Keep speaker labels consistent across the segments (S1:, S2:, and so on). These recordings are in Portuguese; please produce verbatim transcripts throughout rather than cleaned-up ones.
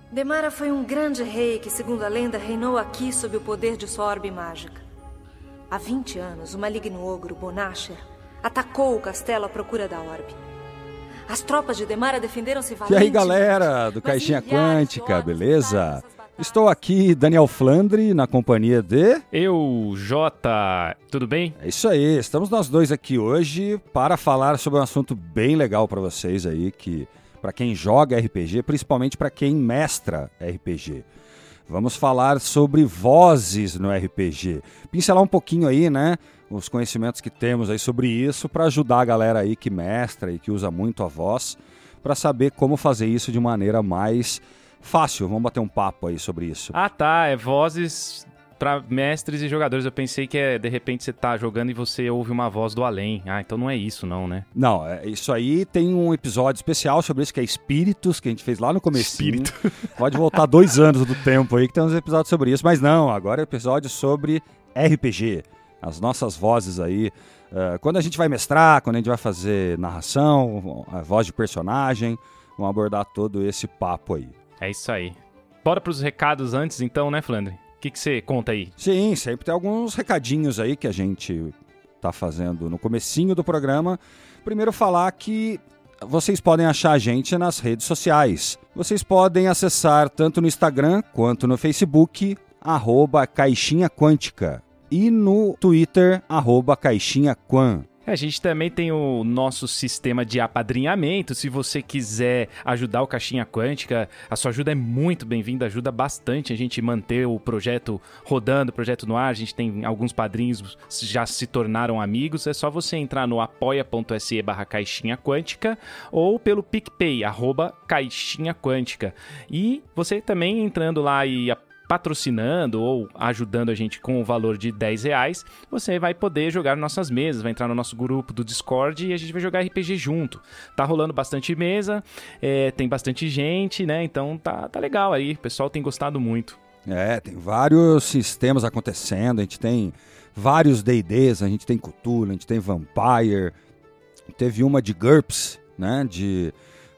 S1: Demara foi um grande rei que, segundo a lenda, reinou aqui sob o poder de sua orbe mágica. Há vinte anos, o maligno ogro Bonasher atacou o castelo à procura da orbe. As tropas de Demara defenderam-se valentemente.
S2: E aí, galera do Caixinha Quântica, beleza? Estou aqui, Daniel Flandre, na companhia de...
S3: Eu, Jota, tudo bem?
S2: É isso aí, estamos nós dois aqui hoje para falar sobre um assunto bem legal para vocês aí, que para quem joga R P G, principalmente para quem mestra R P G. Vamos falar sobre vozes no R P G. Pincelar um pouquinho aí, né, os conhecimentos que temos aí sobre isso para ajudar a galera aí que mestra e que usa muito a voz, para saber como fazer isso de maneira mais fácil. Vamos bater um papo aí sobre isso.
S3: Ah, tá, é vozes para mestres e jogadores. Eu pensei que é, de repente você tá jogando e você ouve uma voz do além. Ah, então não é isso não, né?
S2: Não, é, isso aí tem um episódio especial sobre isso, que é Espíritos, que a gente fez lá no comecinho.
S3: Espírito.
S2: Pode voltar dois anos do tempo aí que tem uns episódios sobre isso, mas não, agora é episódio sobre R P G. As nossas vozes aí, uh, quando a gente vai mestrar, quando a gente vai fazer narração, a voz de personagem, vamos abordar todo esse papo aí.
S3: É isso aí. Bora pros recados antes então, né, Flandre? O que que você conta aí?
S2: Sim, sempre tem alguns recadinhos aí que a gente tá fazendo no comecinho do programa. Primeiro falar que vocês podem achar a gente nas redes sociais. Vocês podem acessar tanto no Instagram quanto no Facebook, arroba Caixinha Quântica. E no Twitter, arroba Caixinha Quan.
S3: A gente também tem o nosso sistema de apadrinhamento. Se você quiser ajudar o Caixinha Quântica, a sua ajuda é muito bem-vinda, ajuda bastante a gente manter o projeto rodando, o projeto no ar. A gente tem alguns padrinhos que já se tornaram amigos. É só você entrar no apoia.se barra Caixinha Quântica ou pelo PicPay, arroba Caixinha Quântica. E você também entrando lá e patrocinando ou ajudando a gente com o valor de dez reais, você vai poder jogar nossas mesas, vai entrar no nosso grupo do Discord e a gente vai jogar R P G junto. Tá rolando bastante mesa, é, tem bastante gente, né? Então tá, tá legal aí, o pessoal tem gostado muito.
S2: É, tem vários sistemas acontecendo, a gente tem vários D e Ds, a gente tem Cthulhu, a gente tem Vampire, teve uma de GURPS, né? De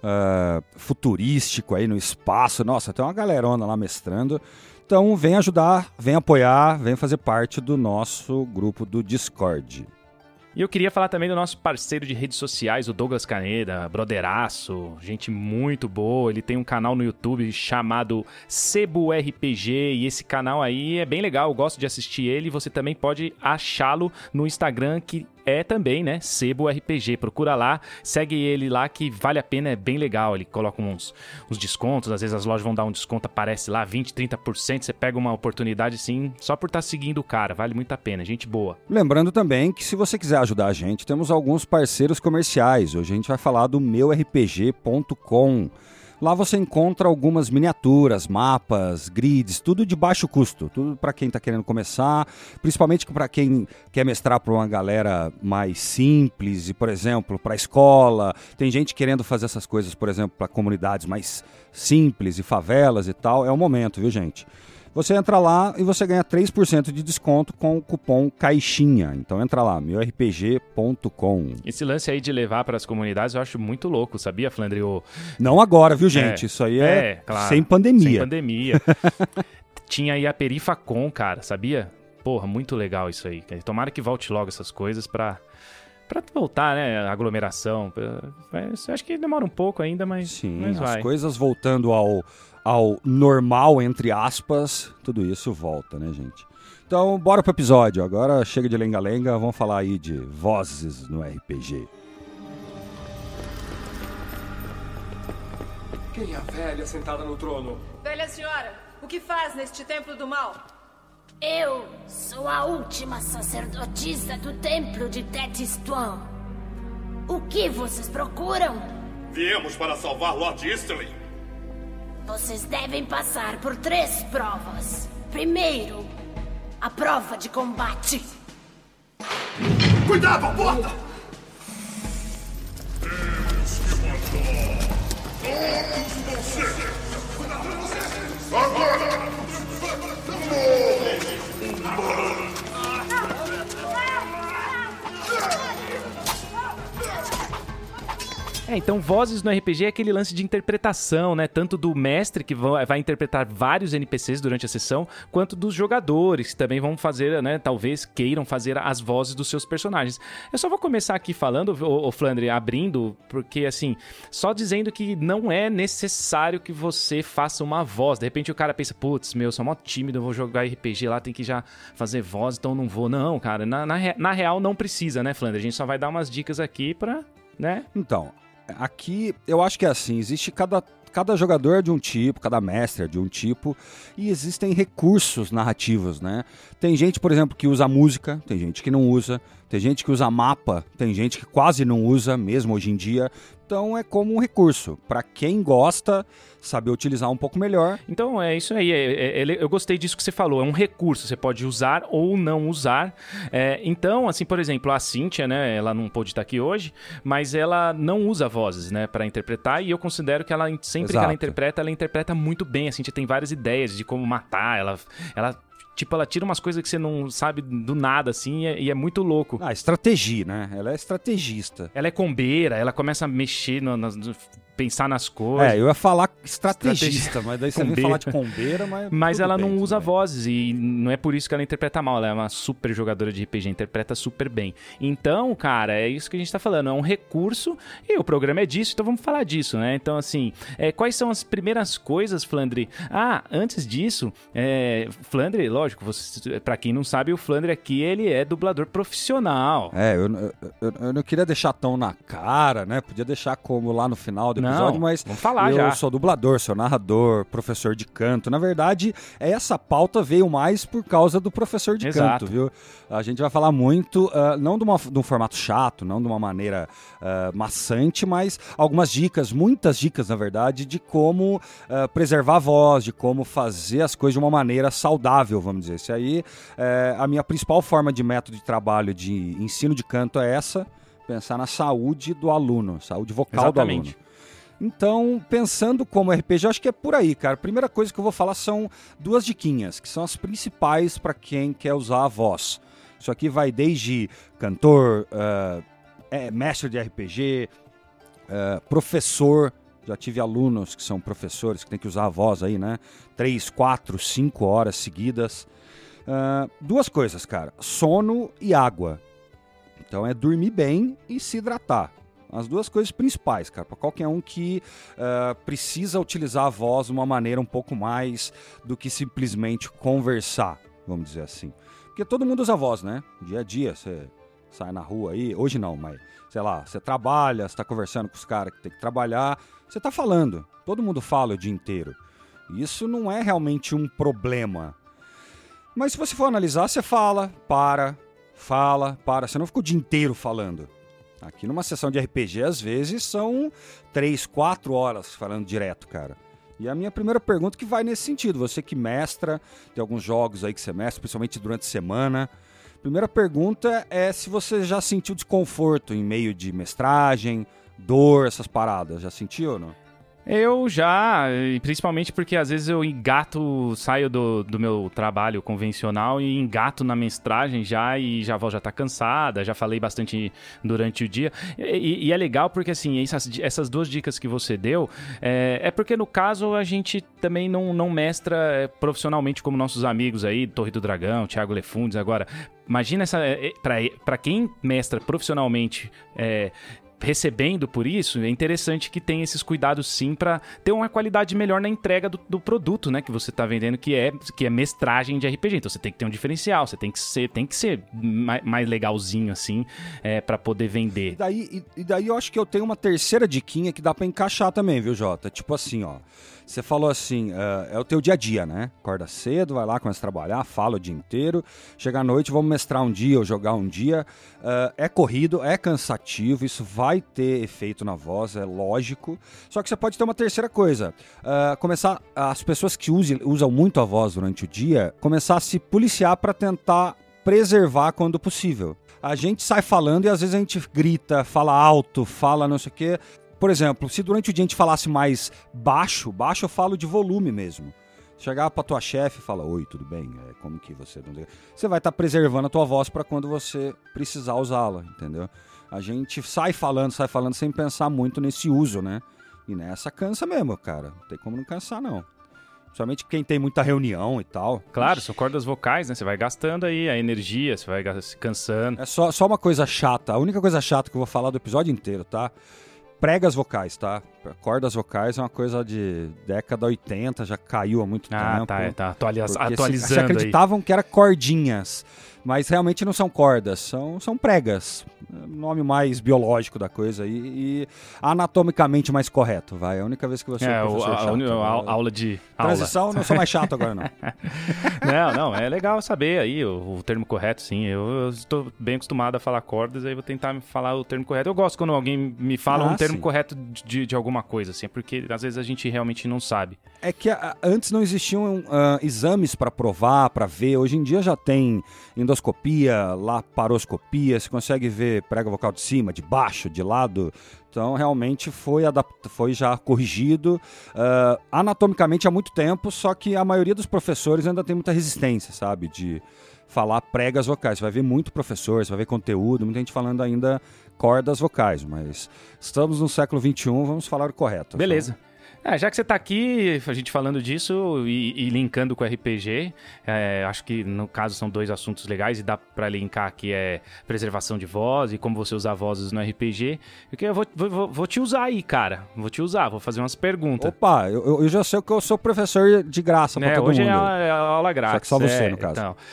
S2: uh, futurístico aí no espaço, nossa, tem uma galerona lá mestrando. Então vem ajudar, vem apoiar, vem fazer parte do nosso grupo do Discord.
S3: E eu queria falar também do nosso parceiro de redes sociais, o Douglas Caneda, brotheraço, gente muito boa. Ele tem um canal no YouTube chamado Sebo R P G e esse canal aí é bem legal, eu gosto de assistir ele. Você também pode achá-lo no Instagram, que é também, né, Sebo R P G. Procura lá, segue ele lá que vale a pena, é bem legal. Ele coloca uns, uns descontos, às vezes as lojas vão dar um desconto, aparece lá vinte, trinta por cento, você pega uma oportunidade assim, só por estar seguindo o cara, vale muito a pena, gente boa.
S2: Lembrando também que se você quiser ajudar a gente, temos alguns parceiros comerciais. Hoje a gente vai falar do meu R P G ponto com. Lá você encontra algumas miniaturas, mapas, grids, tudo de baixo custo, tudo para quem está querendo começar, principalmente para quem quer mestrar para uma galera mais simples e, por exemplo, para a escola. Tem gente querendo fazer essas coisas, por exemplo, para comunidades mais simples e favelas e tal. É o momento, viu, gente? Você entra lá e você ganha três por cento de desconto com o cupom CAIXINHA. Então entra lá, meu R P G ponto com.
S3: Esse lance aí de levar para as comunidades eu acho muito louco, sabia, Flandre? O...
S2: Não agora, viu, gente? É, Isso aí é, é claro, sem pandemia.
S3: Sem pandemia. Tinha aí a Perifacon, cara, sabia? Porra, muito legal isso aí. Tomara que volte logo essas coisas para... Pra voltar, né, a aglomeração. Mas, acho que demora um pouco ainda, mas,
S2: Sim,
S3: mas vai.
S2: As coisas voltando ao, ao normal, entre aspas, tudo isso volta, né, gente? Então, bora pro episódio. Agora chega de lenga-lenga, vamos falar aí de vozes no R P G.
S4: Quem é a velha sentada no trono?
S1: Velha senhora, o que faz neste templo do mal?
S5: Eu sou a última sacerdotisa do templo de Tetis-Tuan. O que vocês procuram?
S6: Viemos para salvar Lord Easterling.
S5: Vocês devem passar por três provas. Primeiro, a prova de combate.
S6: Cuidado, a porta! Agora!
S3: É, então vozes no R P G é aquele lance de interpretação, né? Tanto do mestre, que vai, vai interpretar vários N P Cs durante a sessão, quanto dos jogadores, que também vão fazer, né? Talvez queiram fazer as vozes dos seus personagens. Eu só vou começar aqui falando, o, o Flandre, abrindo, porque assim, só dizendo que não é necessário que você faça uma voz. De repente o cara pensa, putz, meu, sou mó tímido, eu vou jogar R P G lá, tem que já fazer voz, então não vou. Não, cara, na, na, na real não precisa, né, Flandre? A gente só vai dar umas dicas aqui pra, né?
S2: Então, aqui eu acho que é assim, existe cada, cada jogador é de um tipo, cada mestre é de um tipo, e existem recursos narrativos, né? Tem gente, por exemplo, que usa música, tem gente que não usa, tem gente que usa mapa, tem gente que quase não usa, mesmo hoje em dia. Então é como um recurso, para quem gosta, saber utilizar um pouco melhor.
S3: Então é isso aí, é, é, eu gostei disso que você falou, é um recurso, você pode usar ou não usar. É, então, assim, por exemplo, a Cíntia, né, ela não pôde estar aqui hoje, mas ela não usa vozes, né, para interpretar, e eu considero que ela, sempre Exato. que ela interpreta, ela interpreta muito bem. A Cíntia tem várias ideias de como matar, ela... ela Tipo, ela tira umas coisas que você não sabe do nada, assim, e é, e é muito louco.
S2: Ah, estratégia, né? Ela é estrategista.
S3: Ela é combeira, ela começa a mexer, no, no, pensar nas coisas.
S2: É, eu ia falar estrategista, Estrategi... mas daí você vem falar de combeira, mas...
S3: Mas ela
S2: bem,
S3: não usa
S2: bem.
S3: vozes, e não é por isso que ela interpreta mal, ela é uma super jogadora de R P G, interpreta super bem. Então, cara, é isso que a gente tá falando, é um recurso, e o programa é disso, então vamos falar disso, né? Então, assim, é, quais são as primeiras coisas, Flandre? Ah, antes disso, é, Flandre, lógico, você, pra quem não sabe, o Flandre aqui, ele é dublador profissional.
S2: É, eu, eu, eu, eu não queria deixar tão na cara, né? Podia deixar como lá no final do episódio,
S3: não,
S2: mas
S3: vamos falar
S2: eu
S3: já.
S2: sou dublador, sou narrador, professor de canto. Na verdade, essa pauta veio mais por causa do professor de
S3: Exato.
S2: canto, viu? A gente vai falar muito, uh, não de, uma, de um formato chato, não de uma maneira uh, maçante, mas algumas dicas, muitas dicas, na verdade, de como uh, preservar a voz, de como fazer as coisas de uma maneira saudável, vamos dizer. Isso aí, é, a minha principal forma de método de trabalho de ensino de canto é essa, pensar na saúde do aluno, saúde vocal
S3: Exatamente.
S2: do aluno. Então, pensando como R P G, acho que é por aí, cara. A primeira coisa que eu vou falar são duas diquinhas, que são as principais para quem quer usar a voz. Isso aqui vai desde cantor, uh, é, mestre de R P G, uh, professor. Já tive alunos que são professores, que tem que usar a voz aí, né? Três, quatro, cinco horas seguidas. Uh, duas coisas, cara. Sono e água. Então é dormir bem e se hidratar. As duas coisas principais, cara, para qualquer um que uh, precisa utilizar a voz de uma maneira um pouco mais do que simplesmente conversar, vamos dizer assim. Porque todo mundo usa a voz, né? Dia a dia, você sai na rua aí, hoje não, mas, sei lá, você trabalha, você tá conversando com os caras que tem que trabalhar, você tá falando, todo mundo fala o dia inteiro. Isso não é realmente um problema. Mas se você for analisar, você fala, para, fala, para, você não fica o dia inteiro falando. Aqui numa sessão de R P G, às vezes, são três, quatro horas falando direto, cara. E a minha primeira pergunta que vai nesse sentido. Você que mestra, tem alguns jogos aí que você mestra, principalmente durante a semana. Primeira pergunta é se você já sentiu desconforto em meio de mestragem, dor, essas paradas. Já sentiu ou não?
S3: Eu já, principalmente porque às vezes eu engato, saio do, do meu trabalho convencional e engato na mestragem já e já a voz já tá cansada, já falei bastante durante o dia. E, e é legal porque assim, essas, essas duas dicas que você deu, é, é porque no caso a gente também não, não mestra profissionalmente como nossos amigos aí, Torre do Dragão, Thiago Lefundes. Agora, imagina essa, para quem mestra profissionalmente, é, recebendo por isso, é interessante que tenha esses cuidados sim para ter uma qualidade melhor na entrega do, do produto, né, que você está vendendo, que é, que é mestragem de R P G. Então você tem que ter um diferencial, você tem que ser, tem que ser mais, mais legalzinho assim, é, para poder vender.
S2: E daí, e, e daí eu acho que eu tenho uma terceira diquinha que dá para encaixar também, viu, Jota? Tipo assim, ó, você falou assim, uh, é o teu dia a dia, né? Acorda cedo, vai lá, começa a trabalhar, fala o dia inteiro, chega à noite, vamos mestrar um dia ou jogar um dia. Uh, é corrido, é cansativo, isso vai ter efeito na voz, é lógico. Só que você pode ter uma terceira coisa. Uh, começar, as pessoas que usam, usam muito a voz durante o dia, começar a se policiar para tentar preservar quando possível. A gente sai falando e às vezes a gente grita, fala alto, fala não sei o quê. Por exemplo, se durante o dia a gente falasse mais baixo, baixo eu falo de volume mesmo. Chegar pra tua chefe e falar, oi, tudo bem? É, como que você... Você vai estar tá preservando a tua voz para quando você precisar usá-la, entendeu? A gente sai falando, sai falando sem pensar muito nesse uso, né? E nessa cansa mesmo, cara. Não tem como não cansar, não. Principalmente quem tem muita reunião e tal.
S3: Claro, são cordas vocais, né? Você vai gastando aí a energia, você vai se cansando.
S2: É só, só uma coisa chata. A única coisa chata que eu vou falar do episódio inteiro, tá? Pregas vocais, tá? Cordas vocais é uma coisa de década oitenta, já caiu há muito
S3: ah,
S2: tempo.
S3: Ah, tá, é, tá Atualiza-
S2: Porque
S3: atualizando
S2: se, se acreditavam
S3: aí.
S2: que era cordinhas, mas realmente não são cordas, são, são pregas. É o nome mais biológico da coisa e, e anatomicamente mais correto, vai. É a única vez que você é,
S3: é
S2: um professor
S3: a,
S2: chato.
S3: A, a, aula de
S2: Transição,
S3: aula.
S2: Não sou mais chato agora, não.
S3: Não, não, é legal saber aí o, o termo correto, sim. Eu, eu estou bem acostumado a falar cordas, aí vou tentar falar o termo correto. Eu gosto quando alguém me fala ah, um termo sim. correto de, de alguma coisa, assim, porque às vezes a gente realmente não sabe.
S2: É que a, antes não existiam uh, exames para provar, para ver. Hoje em dia já tem endoscopia, laparoscopia, você consegue ver prega vocal de cima, de baixo, de lado. Então, realmente foi, adapt... foi já corrigido uh, anatomicamente há muito tempo, só que a maioria dos professores ainda tem muita resistência, sabe, de falar pregas vocais. Você vai ver muito professor, você vai ver conteúdo, muita gente falando ainda cordas vocais, mas estamos no século vinte e um, vamos falar o correto.
S3: Beleza. Então... É, já que você está aqui, a gente falando disso e, e linkando com o R P G, é, acho que no caso são dois assuntos legais e dá para linkar aqui é preservação de voz e como você usar vozes no R P G. Porque eu vou, vou, vou te usar aí, cara. Vou te usar, vou fazer umas perguntas.
S2: Opa, eu, eu já sei que eu sou professor de graça para
S3: é,
S2: todo
S3: hoje
S2: mundo.
S3: Hoje é a, a aula grátis.
S2: Só que só você,
S3: é,
S2: no caso.
S3: Então...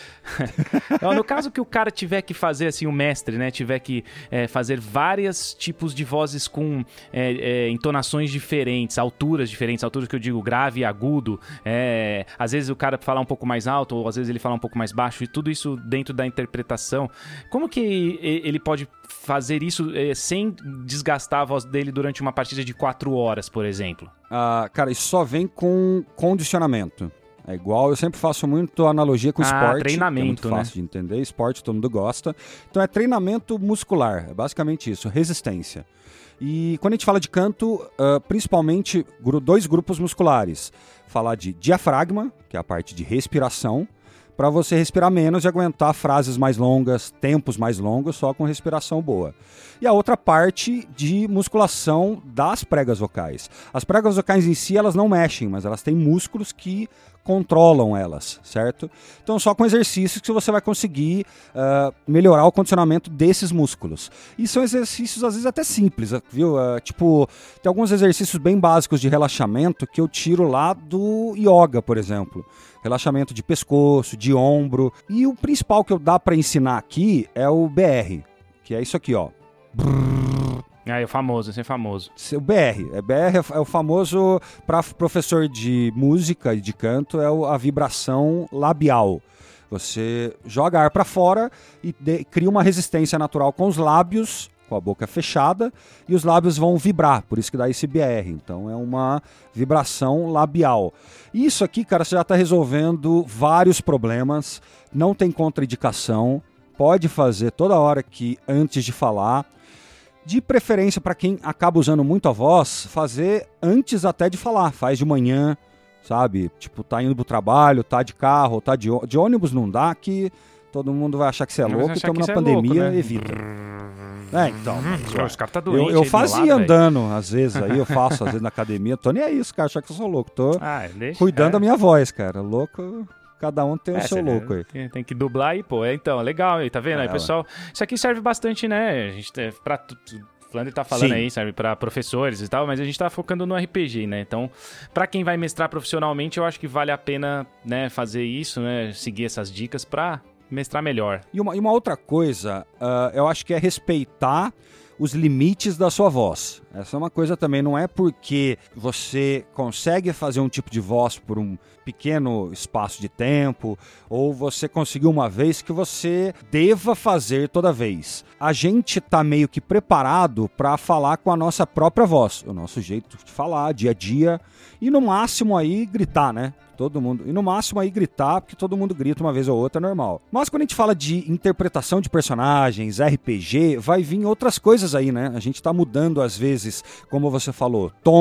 S3: No caso que o cara tiver que fazer, assim, o mestre, né, tiver que é, fazer vários tipos de vozes com é, é, entonações diferentes, alturas diferentes, alturas que eu digo grave e agudo, é, às vezes o cara falar um pouco mais alto, ou às vezes ele falar um pouco mais baixo, e tudo isso dentro da interpretação, como que ele pode fazer isso é, sem desgastar a voz dele durante uma partida de quatro horas, por exemplo?
S2: Ah, cara, isso só vem com condicionamento. É igual, eu sempre faço muito analogia com
S3: ah,
S2: esporte.
S3: Treinamento,
S2: é muito fácil
S3: né?
S2: de entender. Esporte todo mundo gosta. Então é treinamento muscular, é basicamente isso, resistência. E quando a gente fala de canto, uh, principalmente dois grupos musculares. Falar de diafragma, que é a parte de respiração, para você respirar menos e aguentar frases mais longas, tempos mais longos, só com respiração boa. E a outra parte de musculação das pregas vocais. As pregas vocais em si, elas não mexem, mas elas têm músculos que controlam elas, certo? Então, só com exercícios que você vai conseguir uh, melhorar o condicionamento desses músculos. E são exercícios, às vezes, até simples, viu? Uh, tipo, tem alguns exercícios bem básicos de relaxamento que eu tiro lá do yoga, por exemplo. Relaxamento de pescoço, de ombro. E o principal que eu dá para ensinar aqui é o B R, que é isso aqui, ó.
S3: Ah, é o famoso, esse é famoso.
S2: O B R. É, B R é o famoso, para professor de música e de canto, é a vibração labial. Você joga ar para fora e de, cria uma resistência natural com os lábios, com a boca fechada, e os lábios vão vibrar, por isso que dá esse B R. Então é uma vibração labial. Isso aqui, cara, você já está resolvendo vários problemas, não tem contraindicação, pode fazer toda hora que antes de falar. De preferência, para quem acaba usando muito a voz, fazer antes até de falar. Faz de manhã, sabe? Tipo, tá indo pro trabalho, tá de carro, tá de, de ônibus, não dá, que todo mundo vai achar que você é louco. Estamos na pandemia, é louco, né? Evita. É, então.
S3: Mas, os caras tá doente,
S2: eu eu fazia
S3: lado,
S2: andando, véio. Às vezes, aí eu faço, às vezes na academia. Tô nem aí, os caras acham que eu sou louco. Tô
S3: ah, deixa,
S2: cuidando
S3: é.
S2: da minha voz, cara. Louco... Cada um tem
S3: é,
S2: o seu louco aí.
S3: Tem, tem que dublar aí, pô. É, então, legal aí, tá vendo? É, aí, pessoal, isso aqui serve bastante, né? A gente é, pra... O Flandre tá falando Sim. aí, serve para professores e tal, mas a gente tá focando no R P G, né? Então, para quem vai mestrar profissionalmente, eu acho que vale a pena, né, fazer isso, né? Seguir essas dicas para mestrar melhor.
S2: E uma, e uma outra coisa, uh, eu acho que é respeitar os limites da sua voz. Essa é uma coisa também, não é porque você consegue fazer um tipo de voz por um pequeno espaço de tempo, ou você conseguiu uma vez, que você deva fazer toda vez. A gente tá meio que preparado para falar com a nossa própria voz, o nosso jeito de falar, dia a dia, e no máximo aí gritar, né? Todo mundo. E no máximo aí gritar, porque todo mundo grita uma vez ou outra, é normal. Mas quando a gente fala de interpretação de personagens, R P G, vai vir outras coisas aí, né? A gente tá mudando, às vezes, como você falou, tom,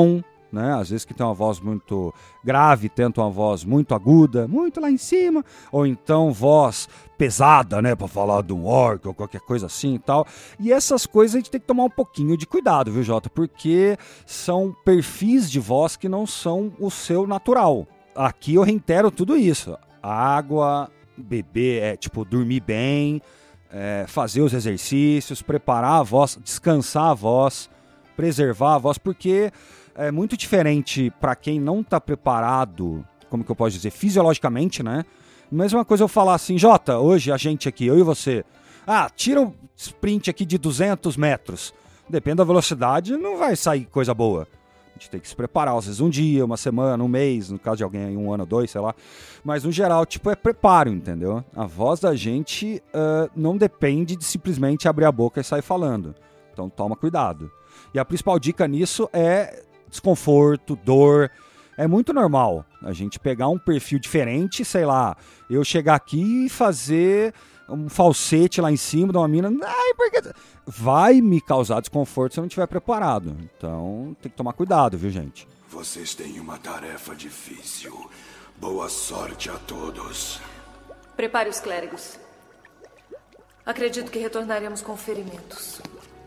S2: né? Às vezes que tem uma voz muito grave, tenta uma voz muito aguda, muito lá em cima, ou então voz pesada, né, pra falar de um orc ou qualquer coisa assim e tal. E essas coisas a gente tem que tomar um pouquinho de cuidado, viu, Jota? Porque são perfis de voz que não são o seu natural. Aqui eu reitero tudo isso. Água, beber, é, tipo, dormir bem, é, fazer os exercícios, preparar a voz, descansar a voz, preservar a voz, porque é muito diferente para quem não tá preparado, como que eu posso dizer, fisiologicamente, né? Mesma coisa eu falar assim, Jota, hoje a gente aqui, eu e você, ah, tira um sprint aqui de duzentos metros. Depende da velocidade, não vai sair coisa boa. A gente tem que se preparar, às vezes um dia, uma semana, um mês, no caso de alguém, um ano, dois, sei lá. Mas no geral, tipo, é preparo, entendeu? A voz da gente uh, não depende de simplesmente abrir a boca e sair falando. Então toma cuidado. E a principal dica nisso é desconforto, dor. É muito normal a gente pegar um perfil diferente, sei lá, eu chegar aqui e fazer um falsete lá em cima de uma mina, ai, porque... vai me causar desconforto se eu não estiver preparado. Então tem que tomar cuidado, viu, gente?
S7: Vocês têm uma tarefa difícil. Boa sorte a todos.
S1: Prepare os clérigos. Acredito que retornaremos com ferimentos.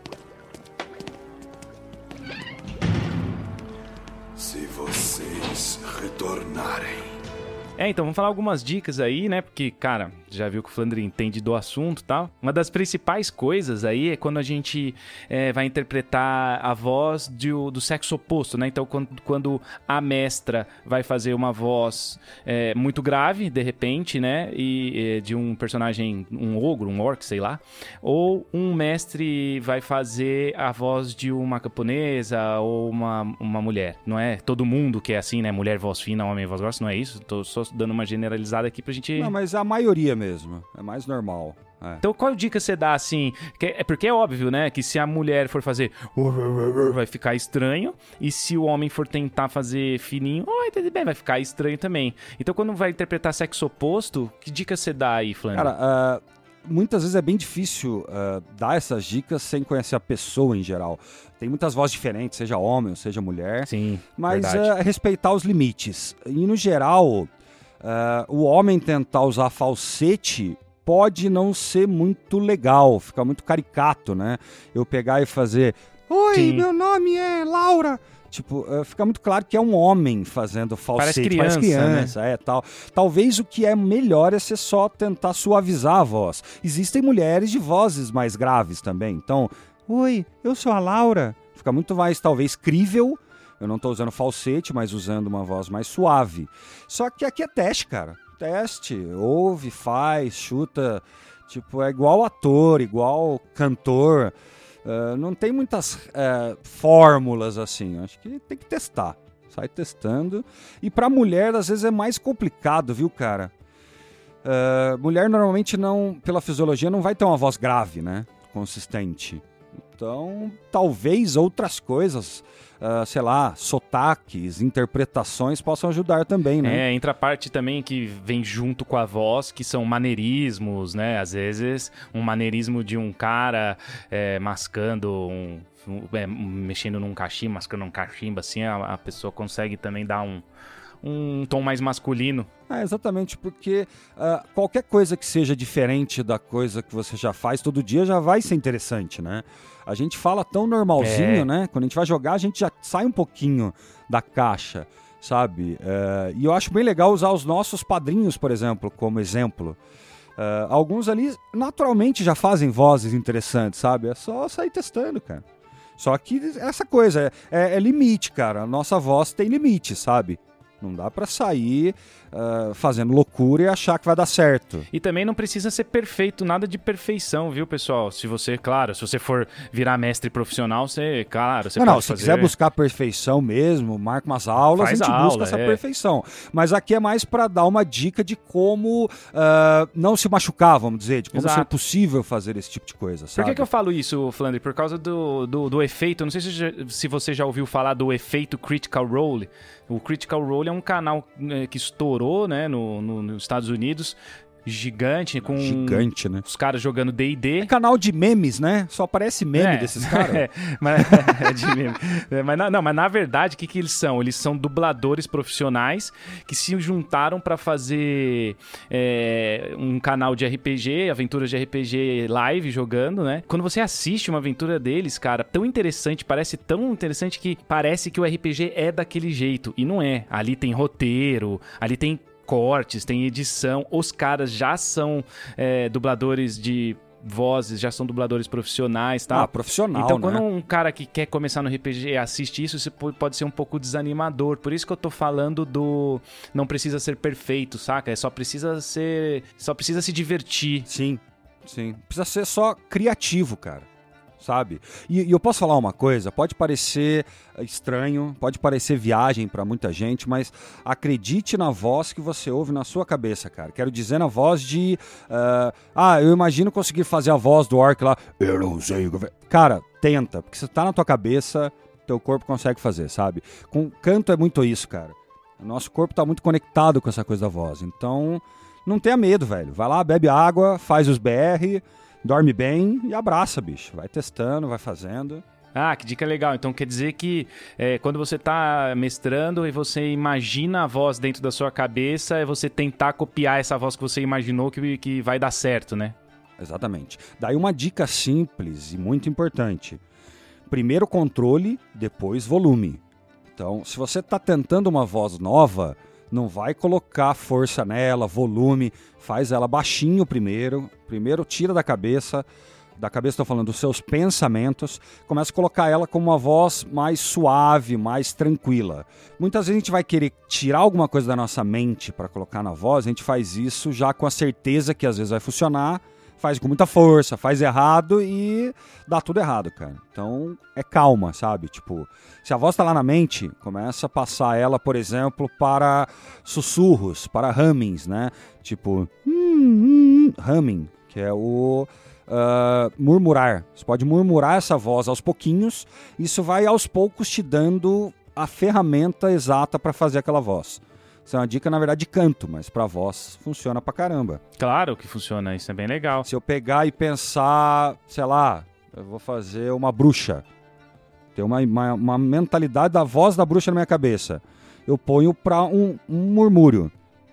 S7: Se vocês retornarem.
S3: É, então, vamos falar algumas dicas aí, né? Porque, cara, já viu que o Flandre entende do assunto e tal. Uma das principais coisas aí é quando a gente é, vai interpretar a voz do, do sexo oposto, né? Então, quando, quando a mestra vai fazer uma voz é, muito grave, de repente, né? E é, de um personagem, um ogro, um orc, sei lá. Ou um mestre vai fazer a voz de uma camponesa ou uma, uma mulher. Não é todo mundo que é assim, né? Mulher, voz fina, homem, voz grossa. Não é isso? Tô só dando uma generalizada aqui pra gente...
S2: Não, mas a maioria mesmo. É mais normal. É.
S3: Então, qual dica você dá, assim? Que é porque é óbvio, né? Que se a mulher for fazer... vai ficar estranho. E se o homem for tentar fazer fininho... oi, tudo bem, vai ficar estranho também. Então, quando vai interpretar sexo oposto, que dica você dá aí, Flandre?
S2: Cara, uh, muitas vezes é bem difícil uh, dar essas dicas sem conhecer a pessoa em geral. Tem muitas vozes diferentes, seja homem ou seja mulher.
S3: Sim,
S2: mas uh, respeitar os limites. E, no geral... Uh, o homem tentar usar falsete pode não ser muito legal, ficar muito caricato, né? Eu pegar e fazer, oi, Sim. meu nome é Laura. Tipo, uh, fica muito claro que é um homem fazendo falsete.
S3: Parece criança,
S2: Parece criança, né? É, tal. Talvez o que é melhor é você só tentar suavizar a voz. Existem mulheres de vozes mais graves também. Então, oi, eu sou a Laura. Fica muito mais, talvez, crível. Eu não estou usando falsete, mas usando uma voz mais suave. Só que aqui é teste, cara. Teste, ouve, faz, chuta. Tipo, é igual ator, igual cantor. Uh, não tem muitas uh, fórmulas assim. Acho que tem que testar. Sai testando. E pra mulher, às vezes, é mais complicado, viu, cara? Uh, mulher, normalmente, não, pela fisiologia, não vai ter uma voz grave, né? Consistente. Então, talvez outras coisas, uh, sei lá, sotaques, interpretações possam ajudar também, né?
S3: É, entra a parte também que vem junto com a voz, que são maneirismos, né? Às vezes, um maneirismo de um cara é, mascando um... um é, mexendo num cachimbo, mascando um cachimbo, assim, a, a pessoa consegue também dar um... um tom mais masculino.
S2: É, exatamente, porque uh, qualquer coisa que seja diferente da coisa que você já faz todo dia já vai ser interessante, né? A gente fala tão normalzinho, é. né? Quando a gente vai jogar, a gente já sai um pouquinho da caixa, sabe? Uh, e eu acho bem legal usar os nossos padrinhos, por exemplo, como exemplo. Uh, alguns ali, naturalmente, já fazem vozes interessantes, sabe? É só sair testando, cara. Só que essa coisa, é, é, é limite, cara. A nossa voz tem limite, sabe? Não dá pra sair uh, fazendo loucura e achar que vai dar certo.
S3: E também não precisa ser perfeito, nada de perfeição, viu, pessoal? Se você, claro, se você for virar mestre profissional, você, claro, você
S2: não,
S3: pode
S2: não, se
S3: fazer...
S2: quiser buscar perfeição mesmo, marca umas aulas,
S3: Faz
S2: a gente
S3: aula,
S2: busca essa
S3: é.
S2: perfeição. Mas aqui é mais pra dar uma dica de como uh, não se machucar, vamos dizer, de como
S3: Exato.
S2: ser possível fazer esse tipo de coisa, sabe?
S3: Por que, que eu falo isso, Flandre? Por causa do, do, do efeito, não sei se, já, se você já ouviu falar do efeito Critical Role. O Critical Role é um canal né, que estourou né, no, no, nos Estados Unidos, gigante com
S2: Gigante, né?
S3: os caras jogando D e D.
S2: É canal de memes, né? Só aparece meme
S3: É.
S2: desses caras.
S3: É, mas, é de meme. É, mas, na- não, mas na verdade, o que, que eles são? Eles são dubladores profissionais que se juntaram pra fazer é, um canal de R P G, aventuras de R P G live jogando, né? Quando você assiste uma aventura deles, cara, tão interessante, parece tão interessante que parece que o R P G é daquele jeito. E não é. Ali tem roteiro, ali tem cortes, tem edição. Os caras já são é, dubladores de vozes, já são dubladores profissionais, tá?
S2: Ah, profissional,
S3: Então,
S2: né?
S3: quando um cara que quer começar no R P G assiste isso, isso po- pode ser um pouco desanimador. Por isso que eu tô falando do não precisa ser perfeito, saca? É só precisa ser, só precisa se divertir.
S2: Sim, sim. Precisa ser só criativo, cara. Sabe? E, e eu posso falar uma coisa, pode parecer estranho, pode parecer viagem pra muita gente, mas acredite na voz que você ouve na sua cabeça, cara. Quero dizer na voz de... Uh, ah, eu imagino conseguir fazer a voz do orc lá. Eu não sei. o que vai-" Cara, tenta, porque se tá na tua cabeça, teu corpo consegue fazer, sabe? Com canto é muito isso, cara. O nosso corpo tá muito conectado com essa coisa da voz. Então, não tenha medo, velho. Vai lá, bebe água, faz os B R... Dorme bem e abraça, bicho. Vai testando, vai fazendo.
S3: Ah, que dica legal. Então quer dizer que é, quando você tá mestrando e você imagina a voz dentro da sua cabeça, é você tentar copiar essa voz que você imaginou que, que vai dar certo, né?
S2: Exatamente. Daí uma dica simples e muito importante. Primeiro controle, depois volume. Então, se você está tentando uma voz nova, não vai colocar força nela, volume, faz ela baixinho primeiro, primeiro tira da cabeça, da cabeça estou falando dos seus pensamentos, começa a colocar ela como uma voz mais suave, mais tranquila. Muitas vezes a gente vai querer tirar alguma coisa da nossa mente para colocar na voz, a gente faz isso já com a certeza que às vezes vai funcionar, faz com muita força, faz errado e dá tudo errado, cara. Então, é calma, sabe? Tipo, se a voz tá lá na mente, começa a passar ela, por exemplo, para sussurros, para hummings, né? Tipo, hum, hum, humming, que é o uh, murmurar. Você pode murmurar essa voz aos pouquinhos, isso vai aos poucos te dando a ferramenta exata para fazer aquela voz. Isso é uma dica, na verdade, de canto, mas pra voz funciona pra caramba.
S3: Claro que funciona, isso é bem legal.
S2: Se eu pegar e pensar, sei lá, eu vou fazer uma bruxa. Tem uma, uma, uma mentalidade da voz da bruxa na minha cabeça. Eu ponho pra um, um murmúrio.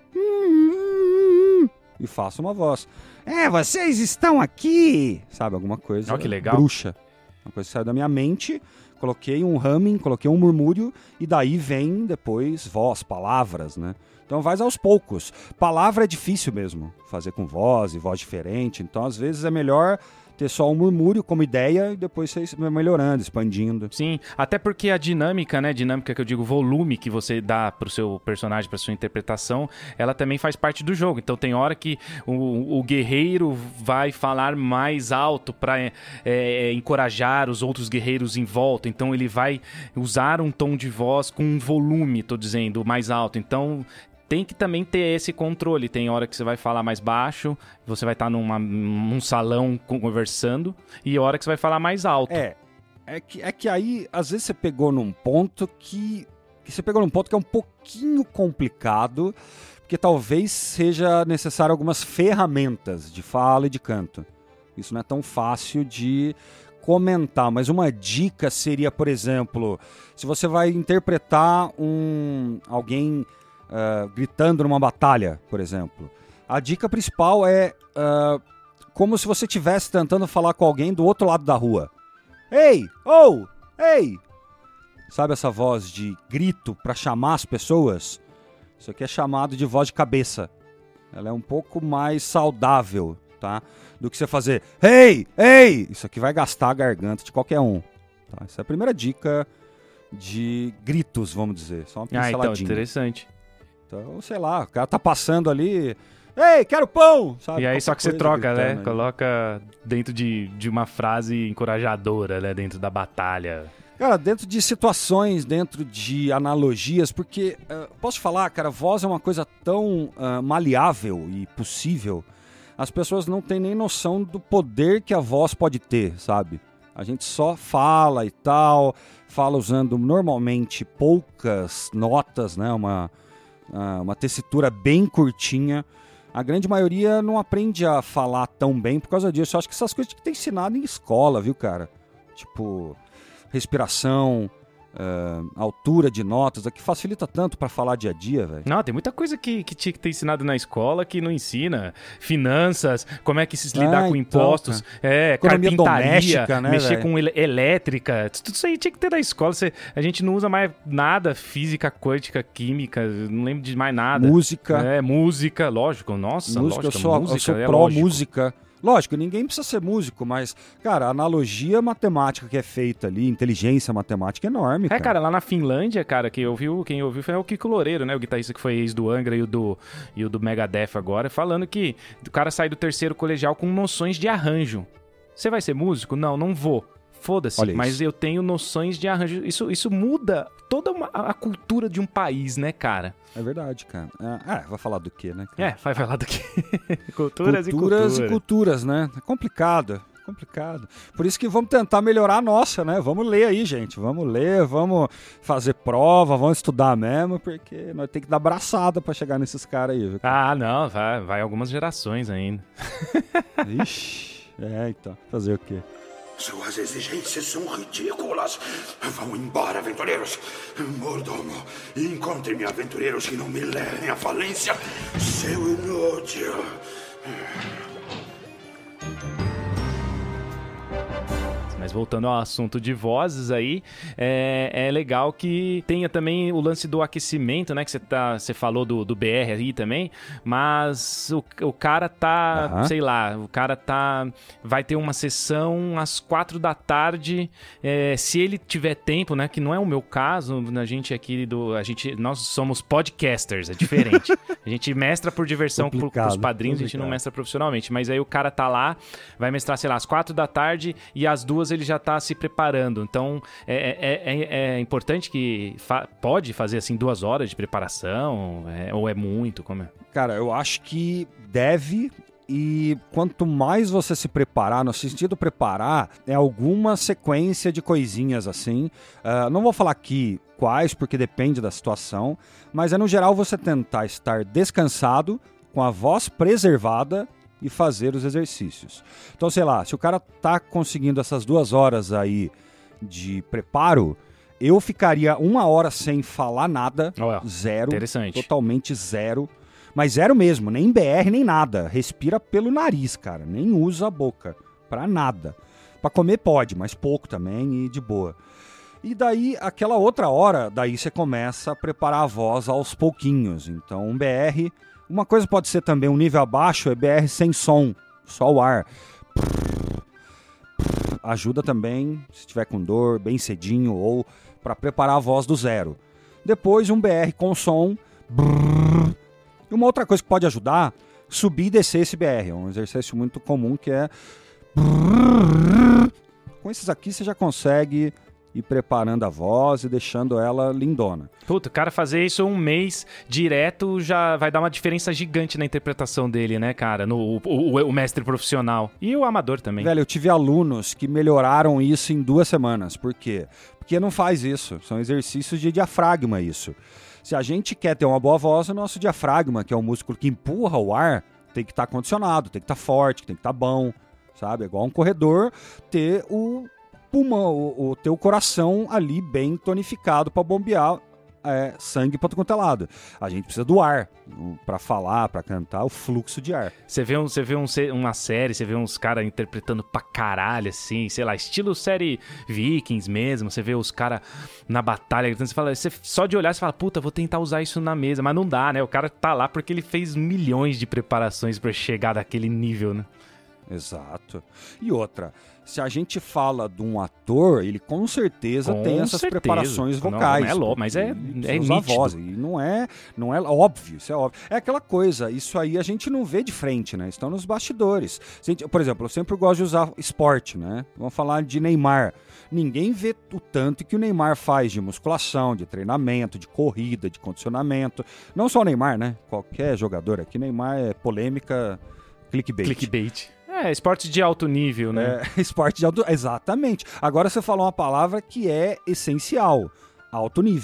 S2: E faço uma voz. É, vocês estão aqui! Sabe, alguma coisa.
S3: Ó, que legal.
S2: Bruxa. Uma coisa que saiu da minha mente... Coloquei um humming, coloquei um murmúrio e daí vem depois voz, palavras, né? Então vai aos poucos. Palavra é difícil mesmo, fazer com voz e voz diferente. Então às vezes é melhor ter só um murmúrio como ideia e depois você vai melhorando, expandindo.
S3: Sim, até porque a dinâmica, né, dinâmica que eu digo, volume que você dá pro seu personagem, pra sua interpretação, ela também faz parte do jogo. Então tem hora que o, o guerreiro vai falar mais alto pra é, é, encorajar os outros guerreiros em volta. Então ele vai usar um tom de voz com um volume, tô dizendo, mais alto. Então... tem que também ter esse controle. Tem hora que você vai falar mais baixo, você vai estar numa, num salão conversando, e hora que você vai falar mais alto.
S2: É, é que, é que aí, às vezes você pegou num ponto que, que... Você pegou num ponto que é um pouquinho complicado, porque talvez seja necessário algumas ferramentas de fala e de canto. Isso não é tão fácil de comentar, mas uma dica seria, por exemplo, se você vai interpretar um alguém... Uh, gritando numa batalha, por exemplo. A dica principal é uh, como se você estivesse tentando falar com alguém do outro lado da rua. Ei! Oh! Ei! Sabe essa voz de grito para chamar as pessoas? Isso aqui é chamado de voz de cabeça. Ela é um pouco mais saudável, tá? Do que você fazer Ei! Ei! Isso aqui vai gastar a garganta de qualquer um. Tá? Essa é a primeira dica de gritos, vamos dizer. Só uma pinceladinha.
S3: Ah, então, interessante.
S2: Então, sei lá, o cara tá passando ali, ei, quero pão! Sabe?
S3: E aí
S2: Qualquer
S3: só que você
S2: coisa
S3: troca, né?
S2: aí.
S3: Coloca dentro de, de uma frase encorajadora, né? Dentro da batalha.
S2: Cara, dentro de situações, dentro de analogias, porque, uh, posso falar, cara, voz é uma coisa tão uh, maleável e possível, as pessoas não têm nem noção do poder que a voz pode ter, sabe? A gente só fala e tal, fala usando normalmente poucas notas, né? Uma... Uh, uma tessitura bem curtinha, A grande maioria não aprende a falar tão bem por causa disso. Eu acho que essas coisas que tem ensinado em escola, viu, cara? Tipo, respiração, uh, altura de notas, que facilita tanto pra falar dia a dia, velho.
S3: Não, tem muita coisa que, que tinha que ter ensinado na escola que não ensina. Finanças, como é que se lidar
S2: Ah,
S3: com
S2: então,
S3: impostos, é,
S2: economia
S3: carpintaria,
S2: doméstica, né,
S3: mexer
S2: véio?
S3: com ele- elétrica. Tudo isso aí tinha que ter na escola. Você, a gente não usa mais nada, física, quântica, química, não lembro de mais nada.
S2: Música.
S3: É, música, lógico. Nossa,
S2: música,
S3: lógico.
S2: eu sou,
S3: música,
S2: eu sou
S3: é
S2: pró-música. Lógico, ninguém precisa ser músico, mas, cara, a analogia matemática que é feita ali, inteligência matemática é enorme,
S3: É, cara, lá na Finlândia, cara, que ouviu, quem ouviu foi o Kiko Loureiro, né? O guitarrista que foi ex do Angra e o do, e o do Megadeth agora, falando que o cara sai do terceiro colegial com noções de arranjo. Você vai ser músico? Não, não vou. Foda-se,
S2: Olha
S3: mas
S2: isso.
S3: eu tenho noções de arranjo. Isso, isso muda toda uma- a cultura de um país, né, cara?
S2: É verdade, cara. Ah, vai falar do quê, né, cara?
S3: É, vai falar do quê? Culturas,
S2: Culturas
S3: e culturas.
S2: e culturas, né? É complicado, é complicado. Por isso que vamos tentar melhorar a nossa, né? Vamos ler aí, gente. Vamos ler, vamos fazer prova, vamos estudar mesmo, porque nós temos que dar braçada pra chegar nesses caras aí, viu?
S3: Ah, não, vai, vai algumas gerações ainda.
S2: Ixi, é, então. Fazer o quê?
S7: Suas exigências são ridículas. Vão embora, aventureiros. Mordomo, encontre-me aventureiros que não me levem à falência. Seu inútil.
S3: Mas voltando ao assunto de vozes aí, é, é legal que tenha também o lance do aquecimento, né? Que você tá, você falou do, do B R aí também, mas o, o cara tá,
S2: Aham.
S3: sei lá, o cara tá, vai ter uma sessão às quatro da tarde, é, se ele tiver tempo, né? Que não é o meu caso, a gente aqui do, a gente, nós somos podcasters, é diferente. A gente mestra por diversão pro,
S2: Complicado,
S3: pros padrinhos, a gente não
S2: complicado.
S3: mestra profissionalmente, mas aí o cara tá lá, vai mestrar, sei lá, às quatro da tarde e às duas ele já tá se preparando. Então, é, é, é, é importante que fa- pode fazer, assim, duas horas de preparação? É, ou é muito? Como é?
S2: Cara, eu acho que deve, e quanto mais você se preparar, no sentido preparar, é alguma sequência de coisinhas assim. Ah, não vou falar aqui quais, porque depende da situação, mas é no geral você tentar estar descansado, com a voz preservada e fazer os exercícios. Então, sei lá, se o cara tá conseguindo essas duas horas aí de preparo, eu ficaria uma hora sem falar nada,
S3: Olha,
S2: zero,
S3: interessante.
S2: totalmente zero, mas zero mesmo, nem B R, nem nada. Respira pelo nariz, cara, nem usa a boca, pra nada. Pra comer pode, mas pouco também e de boa. E daí, aquela outra hora, daí você começa a preparar a voz aos pouquinhos. Então, um B R... Uma coisa pode ser também um nível abaixo, é B R sem som, só o ar. Ajuda também, se tiver com dor, bem cedinho, ou para preparar a voz do zero. Depois um B R com som. E uma outra coisa que pode ajudar, subir e descer esse B R. É um exercício muito comum que é... Com esses aqui você já consegue ir preparando a voz e deixando ela lindona.
S3: Puta, o cara fazer isso um mês direto já vai dar uma diferença gigante na interpretação dele, né, cara? No, o, o, o mestre profissional. E o amador também.
S2: Velho, eu tive alunos que melhoraram isso em duas semanas. Por quê? Porque não faz isso. São exercícios de diafragma isso. Se a gente quer ter uma boa voz, o nosso diafragma, que é o músculo que empurra o ar, tem que estar condicionado, tem que estar forte, tem que estar bom, sabe? É igual um corredor ter o pulmão, o, o teu coração ali bem tonificado para bombear é, sangue para todo quanto é lado. A gente precisa do ar para falar, para cantar, o fluxo de ar.
S3: Você vê, um, você vê um, uma série, você vê uns caras interpretando pra caralho, assim, sei lá, estilo série Vikings mesmo, você vê os caras na batalha gritando, você fala, você, só de olhar você fala, puta, vou tentar usar isso na mesa, mas não dá, né? O cara tá lá porque ele fez milhões de preparações pra chegar daquele nível, né?
S2: Exato. E outra, se a gente fala de um ator, ele com certeza
S3: Com
S2: tem essas
S3: certeza.
S2: preparações
S3: Não,
S2: vocais.
S3: não é louco, mas é-
S2: Ele
S3: é
S2: usa a
S3: nítido.
S2: voz, e não é, não é óbvio, isso é óbvio. É aquela coisa, isso aí a gente não vê de frente, né? Estão nos bastidores. Se a gente- por exemplo, eu sempre gosto de usar esporte, né? Vamos falar de Neymar. Ninguém vê o tanto que o Neymar faz de musculação, de treinamento, de corrida, de condicionamento. Não só o Neymar, né? Qualquer jogador aqui, Neymar é polêmica, clickbait.
S3: Clickbait. É, esporte de alto nível, né?
S2: É, esporte de alto... Exatamente. Agora você falou uma palavra que é essencial. Alto nível.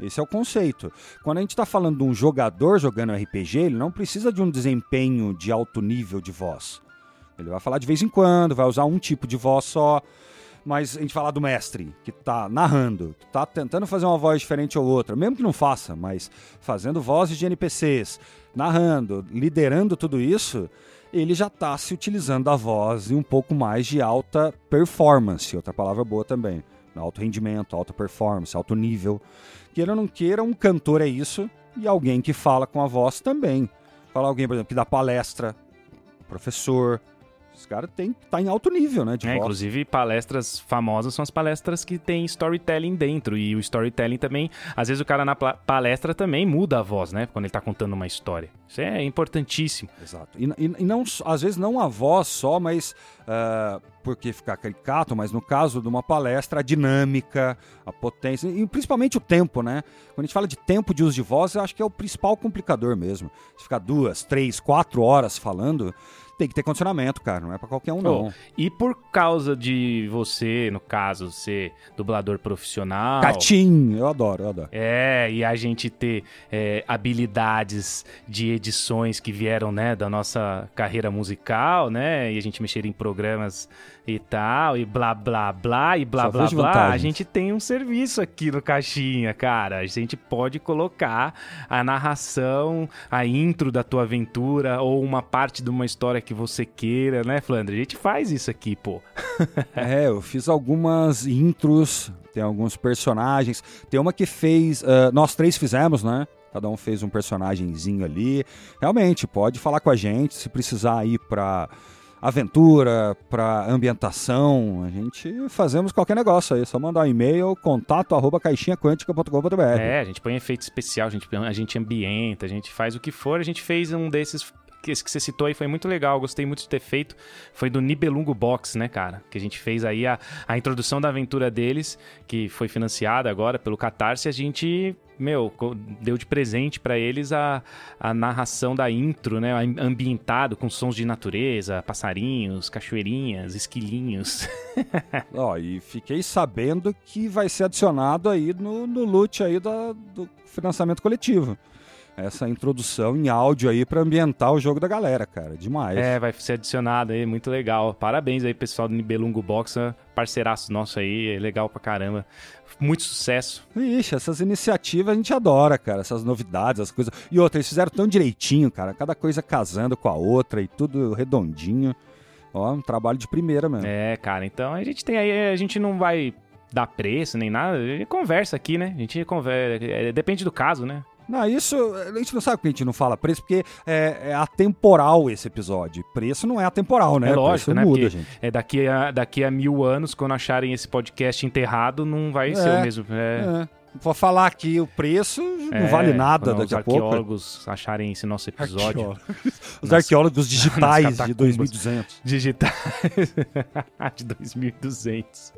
S2: Esse é o conceito. Quando a gente está falando de um jogador jogando R P G, ele não precisa de um desempenho de alto nível de voz. Ele vai falar de vez em quando, vai usar um tipo de voz só. Mas a gente fala do mestre, que está narrando, que está tentando fazer uma voz diferente ou outra, mesmo que não faça, mas fazendo vozes de N P Cs, narrando, liderando tudo isso, ele já está se utilizando da voz e um pouco mais de alta performance, outra palavra boa também. Alto rendimento, alta performance, alto nível. Queira ou não queira, um cantor é isso, e alguém que fala com a voz também. Fala alguém, por exemplo, que dá palestra, professor. Os caras têm que estar em alto nível, né? De
S3: é,
S2: voz.
S3: Inclusive, palestras famosas são as palestras que tem storytelling dentro. E o storytelling também, às vezes o cara na palestra também muda a voz, né? Quando ele tá contando uma história. Isso é importantíssimo.
S2: Exato. E, e, e não, às vezes não a voz só, mas uh, porque ficar caricato, mas no caso de uma palestra, a dinâmica, a potência, e principalmente o tempo, né? Quando a gente fala de tempo de uso de voz, eu acho que é o principal complicador mesmo. Se ficar duas, três, quatro horas falando, tem que ter condicionamento, cara, não é pra qualquer um, não.
S3: Oh, e por causa de você, no caso, ser dublador profissional...
S2: Catim, eu adoro, eu adoro.
S3: É, e a gente ter é, habilidades de edições que vieram, né, da nossa carreira musical, né, e a gente mexer em programas e tal, e blá, blá, blá, e blá,
S2: Só
S3: blá, blá,
S2: vantagens.
S3: A gente tem um serviço aqui no Caixinha, cara. A gente pode colocar a narração, a intro da tua aventura, ou uma parte de uma história que você queira, né, Flandre? A gente faz isso aqui, pô.
S2: É, eu fiz algumas intros, tem alguns personagens, tem uma que fez, uh, nós três fizemos, né? Cada um fez um personagenzinho ali. Realmente, pode falar com a gente, se precisar ir pra aventura, pra ambientação, a gente fazemos qualquer negócio aí, é só mandar um e-mail, contato arroba caixinha quântica ponto com ponto b r.
S3: É, a gente põe efeito especial, a gente, a gente ambienta, a gente faz o que for, a gente fez um desses... Esse que você citou aí foi muito legal, gostei muito de ter feito. Foi do Nibelungo Box, né, cara? Que a gente fez aí a, a introdução da aventura deles, que foi financiada agora pelo Catarse. A gente, meu, deu de presente pra eles a, a narração da intro, né? Ambientado com sons de natureza, passarinhos, cachoeirinhas, esquilinhos.
S2: Ó, e fiquei sabendo que vai ser adicionado aí no, no loot aí da, do financiamento coletivo. Essa introdução em áudio aí pra ambientar o jogo da galera, cara. Demais.
S3: É, vai ser adicionado aí, muito legal. Parabéns aí, pessoal do Nibelungo Box, parceiraço nosso aí, é legal pra caramba. Muito sucesso.
S2: Ixi, essas iniciativas a gente adora, cara. Essas novidades, as coisas. E outra, eles fizeram tão direitinho, cara. Cada coisa casando com a outra e tudo redondinho. Ó, um trabalho de primeira mesmo.
S3: É, cara, então a gente tem aí, a gente não vai dar preço nem nada, a gente conversa aqui, né? A gente conversa, é, depende do caso, né?
S2: Não, isso, a gente não sabe porque a gente não fala preço, porque é, é atemporal esse episódio. Preço não é atemporal, né?
S3: É lógico,
S2: preço
S3: né?
S2: muda,
S3: Porque
S2: gente.
S3: É daqui, a, daqui a mil anos, quando acharem esse podcast enterrado, não vai
S2: É,
S3: ser o mesmo. É,
S2: É. Vou falar aqui o preço, não
S3: é,
S2: vale nada
S3: quando
S2: daqui
S3: os
S2: a pouco.
S3: arqueólogos acharem esse nosso episódio.
S2: Arqueólogos. Os arqueólogos digitais de
S3: catacumbas.
S2: dois mil e duzentos.
S3: Digitais de dois mil e duzentos.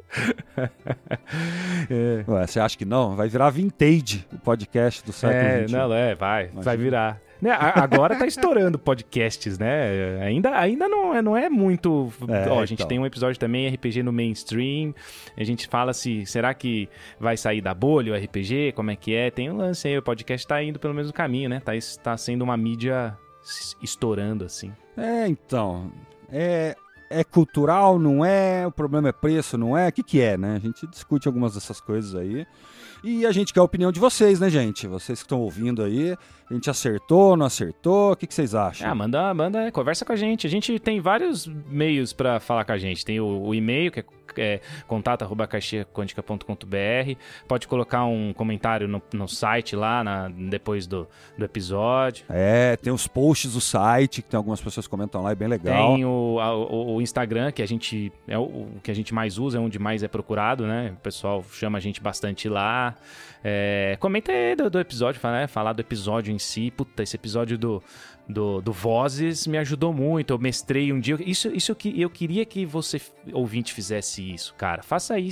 S3: é.
S2: Ué, você acha que não? Vai virar vintage o podcast do século
S3: É,
S2: vinte e um.
S3: não, é, vai,
S2: Imagina.
S3: vai virar. Né, a- agora tá estourando podcasts, né? Ainda, ainda não, é, não é muito.
S2: É,
S3: Ó, a gente
S2: então.
S3: tem um episódio também, R P G no mainstream. A gente fala se será que vai sair da bolha o R P G? Como é que é? Tem um lance aí, o podcast tá indo pelo mesmo caminho, né? Tá, tá sendo uma mídia s- estourando, assim.
S2: É, então. É, é cultural, não é? O problema é preço, não é? O que, que é, né? A gente discute algumas dessas coisas aí. E a gente quer a opinião de vocês, né, gente? Vocês que estão ouvindo aí. A gente acertou, não acertou? O que, que vocês acham?
S3: Ah, manda, manda, conversa com a gente. A gente tem vários meios pra falar com a gente. Tem o, o e-mail, que é, é contato arroba caixinha quântica ponto com ponto b r. Pode colocar um comentário no, no site lá, na, depois do, do episódio.
S2: É, tem os posts do site, que tem algumas pessoas que comentam lá, é bem legal.
S3: Tem o, a- o, o Instagram, que a gente é o, o que a gente mais usa, é onde mais é procurado, né? O pessoal chama a gente bastante lá. É, comenta aí do, do episódio, fala, né? Falar do episódio em si. Puta, esse episódio do, do, do Vozes me ajudou muito. Eu mestrei um dia. Isso, isso que eu queria que você, ouvinte, fizesse isso, cara. Faça isso.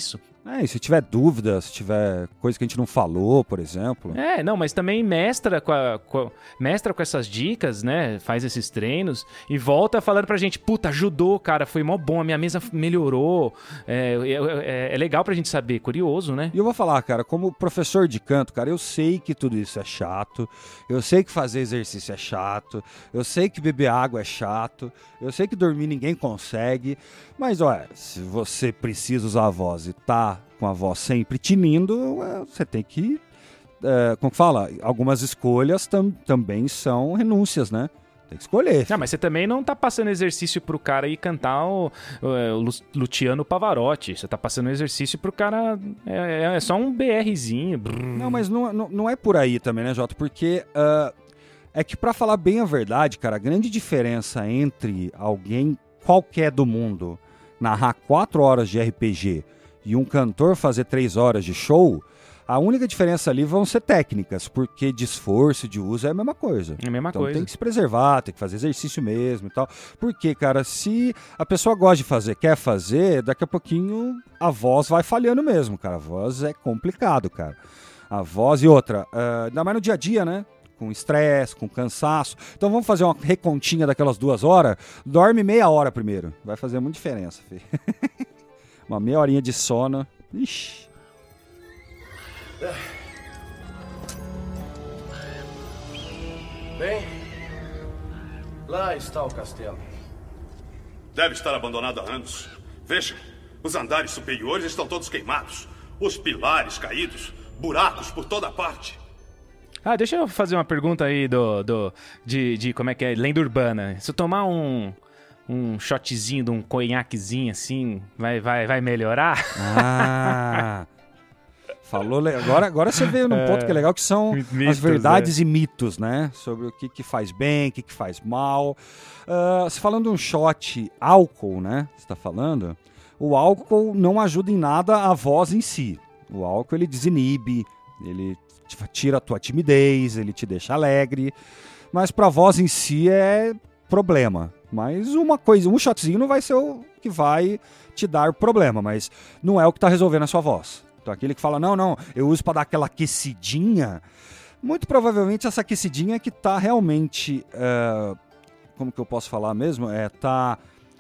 S2: É, e se tiver dúvida, se tiver coisa que a gente não falou, por exemplo.
S3: É, não, mas também mestra com, a, com, a, mestra com essas dicas, né? Faz esses treinos e volta falando pra gente, puta, ajudou, cara, foi mó bom, a minha mesa melhorou. É, é, é legal pra gente saber, curioso, né?
S2: E eu vou falar, cara, como professor de canto, cara, eu sei que tudo isso é chato, eu sei que fazer exercício é chato, eu sei que beber água é chato, eu sei que dormir ninguém consegue, mas, olha, se você precisa usar a voz e tá com a voz sempre tinindo, você tem que, é, como fala, algumas escolhas tam, também são renúncias, né? Tem que escolher.
S3: Não, mas você também não tá passando exercício pro cara ir cantar o, o, o Luciano Pavarotti. Você tá passando exercício pro cara... É, é só um BRzinho. Brrr.
S2: Não, mas não, não, não é por aí também, né, Jota? Porque uh, é que, pra falar bem a verdade, cara, a grande diferença entre alguém qualquer do mundo narrar quatro horas de R P G e um cantor fazer três horas de show... A única diferença ali vão ser técnicas, porque de esforço, de uso é a mesma coisa.
S3: É a mesma
S2: então
S3: coisa.
S2: Tem que se preservar, tem que fazer exercício mesmo e tal. Porque, cara, se a pessoa gosta de fazer, quer fazer, daqui a pouquinho a voz vai falhando mesmo, cara. A voz é complicado, cara. A voz e outra, uh, ainda mais no dia a dia, né? Com estresse, com cansaço. Então vamos fazer uma recontinha daquelas duas horas. Dorme meia hora primeiro. Vai fazer muita diferença, filho. Uma meia horinha de sono. Ixi.
S8: Bem, lá está o castelo.
S6: Deve estar abandonado há anos. Veja, os andares superiores estão todos queimados. Os pilares caídos, buracos por toda parte.
S3: Ah, deixa eu fazer uma pergunta aí do, do, de, de como é que é, lenda urbana. Se eu tomar um, um shotzinho de um conhaquezinho assim, vai, vai, vai melhorar?
S2: Ah... Falou, agora, agora você veio num ponto que é legal, que são mitos, as verdades é. e mitos, né? Sobre o que, que faz bem, o que, que faz mal. Uh, você falando de um shot álcool, né? Você tá falando? O álcool não ajuda em nada a voz em si. O álcool, ele desinibe, ele tira a tua timidez, ele te deixa alegre. Mas pra voz em si é problema. Mas uma coisa, um shotzinho não vai ser o que vai te dar problema, mas não é o que tá resolvendo a sua voz. Então, aquele que fala, não, não, eu uso para dar aquela aquecidinha, muito provavelmente essa aquecidinha é que tá realmente, uh, como que eu posso falar mesmo? É, tá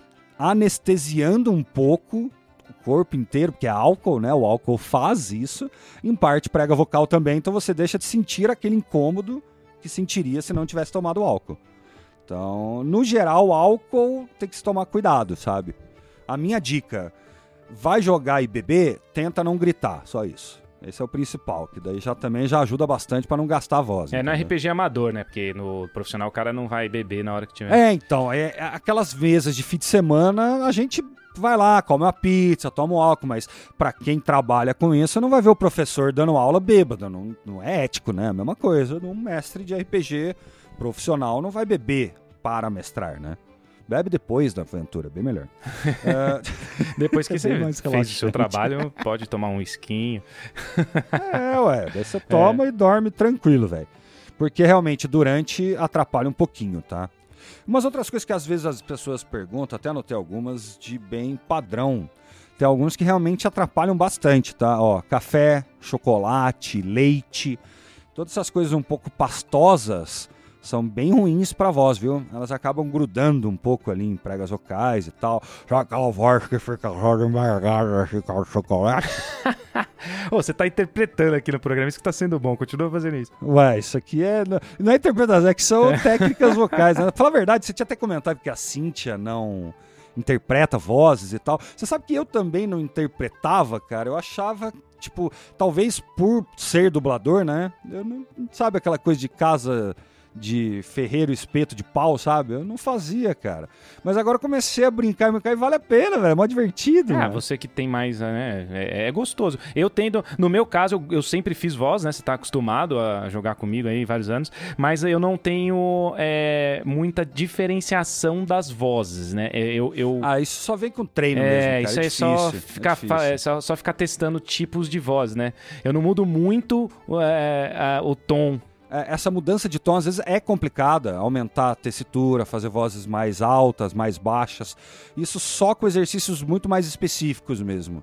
S2: anestesiando um pouco o corpo inteiro, porque é álcool, né? O álcool faz isso, em parte prega vocal também, então você deixa de sentir aquele incômodo que sentiria se não tivesse tomado álcool. Então, no geral, o álcool tem que se tomar cuidado, sabe? A minha dica... Vai jogar e beber, tenta não gritar, só isso. Esse é o principal, que daí já também já ajuda bastante pra não gastar a voz.
S3: É,
S2: entendeu?
S3: no R P G amador, né? Porque no profissional o cara não vai beber na hora que tiver.
S2: É, então, é, é aquelas mesas de fim de semana, a gente vai lá, come uma pizza, toma um álcool, mas pra quem trabalha com isso, não vai ver o professor dando aula bêbado, não, não é ético, né? A mesma coisa, um mestre de R P G profissional não vai beber para mestrar, né? Bebe depois da aventura, bem melhor.
S3: uh... Depois que você fez o seu trabalho, pode tomar um esquinho.
S2: É, ué, daí você toma é. e dorme tranquilo, velho. Porque realmente durante atrapalha um pouquinho, tá? Umas outras coisas que às vezes as pessoas perguntam, até anotei algumas de bem padrão. Tem alguns que realmente atrapalham bastante, tá? Ó, café, chocolate, leite, todas essas coisas um pouco pastosas são bem ruins pra voz, viu? Elas acabam grudando um pouco ali em pregas vocais e tal. Já aquela voz que fica toda embargada, fica o chocolate.
S3: Ô, você tá interpretando aqui no programa, isso que tá sendo bom, continua fazendo isso.
S2: Ué, isso aqui é... Não é interpretação, é que são técnicas vocais. Né? Fala a verdade, você tinha até comentado que a Cíntia não interpreta vozes e tal. Você sabe que eu também não interpretava, cara? Eu achava, tipo, talvez por ser dublador, né? Eu não... Sabe aquela coisa de casa... de ferreiro espeto de pau, sabe? Eu não fazia, cara. Mas agora eu comecei a brincar e brincar e vale a pena, velho. É mó divertido.
S3: Ah,
S2: né?
S3: Você que tem mais, né? É, é gostoso. Eu tendo... No meu caso, eu, eu sempre fiz voz, né? Você tá acostumado a jogar comigo aí vários anos. Mas eu não tenho é, muita diferenciação das vozes, né? Eu, eu...
S2: Ah, isso só vem com treino
S3: é,
S2: mesmo, cara.
S3: Isso
S2: é,
S3: é,
S2: difícil,
S3: só ficar,
S2: é
S3: é só, só ficar testando tipos de voz, né? Eu não mudo muito é, a, o tom.
S2: Essa mudança de tom às vezes é complicada, aumentar a tessitura, fazer vozes mais altas, mais baixas, isso só com exercícios muito mais específicos mesmo.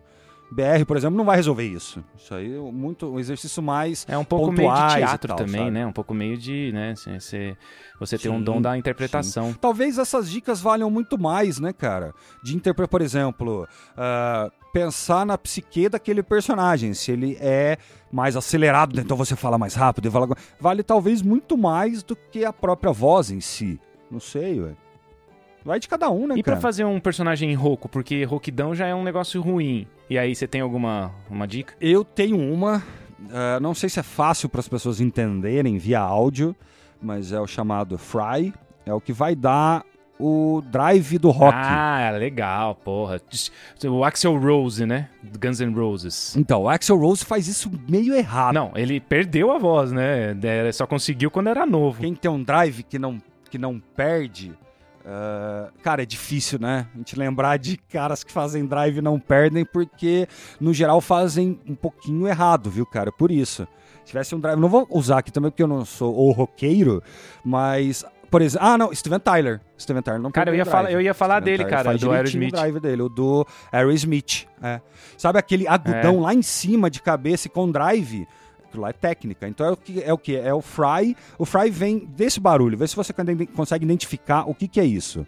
S2: B R, por exemplo, não vai resolver isso. Isso aí é muito, um exercício mais
S3: É um pouco meio de teatro
S2: tal,
S3: também,
S2: sabe?
S3: né? Um pouco meio de, né? Você, você tem um
S2: Sim,
S3: dom da interpretação.
S2: sim. Talvez essas dicas valham muito mais, né, cara? De interpretar, por exemplo, uh, pensar na psique daquele personagem. Se ele é mais acelerado, então você fala mais rápido. E fala... Vale talvez muito mais do que a própria voz em si. Não sei, ué. Vai de cada um, né,
S3: E
S2: cara?
S3: pra fazer um personagem rouco? Porque rouquidão já é um negócio ruim. E aí, você tem alguma uma dica?
S2: Eu tenho uma, uh, não sei se é fácil para as pessoas entenderem via áudio, mas é o chamado Fry, é o que vai dar o drive do rock.
S3: Ah, legal, porra. O Axl Rose, né? Guns N' Roses.
S2: Então, o Axl Rose faz isso meio errado.
S3: Não, ele perdeu a voz, né? Ele só conseguiu quando era novo.
S2: Quem tem um drive que não, que não perde... Uh, cara, é difícil, né? A gente lembrar de caras que fazem drive e não perdem, porque no geral fazem um pouquinho errado, viu, cara? Por isso. Se tivesse um drive, não vou usar aqui também porque eu não sou o roqueiro, mas, por exemplo, ah, não, Steven Tyler. Steven Tyler não
S3: Cara, eu ia,
S2: drive.
S3: fala, eu ia falar
S2: Steven
S3: dele,
S2: Tyler
S3: cara,
S2: faz
S3: do
S2: direitinho
S3: Aerosmith.
S2: o drive dele, o do Aerosmith. É. Sabe aquele agudão
S3: É.
S2: lá em cima de cabeça e com drive? Aquilo lá é técnica. Então é o que é o que é o fry. O fry vem desse barulho. Vê se você consegue identificar o que, que é isso.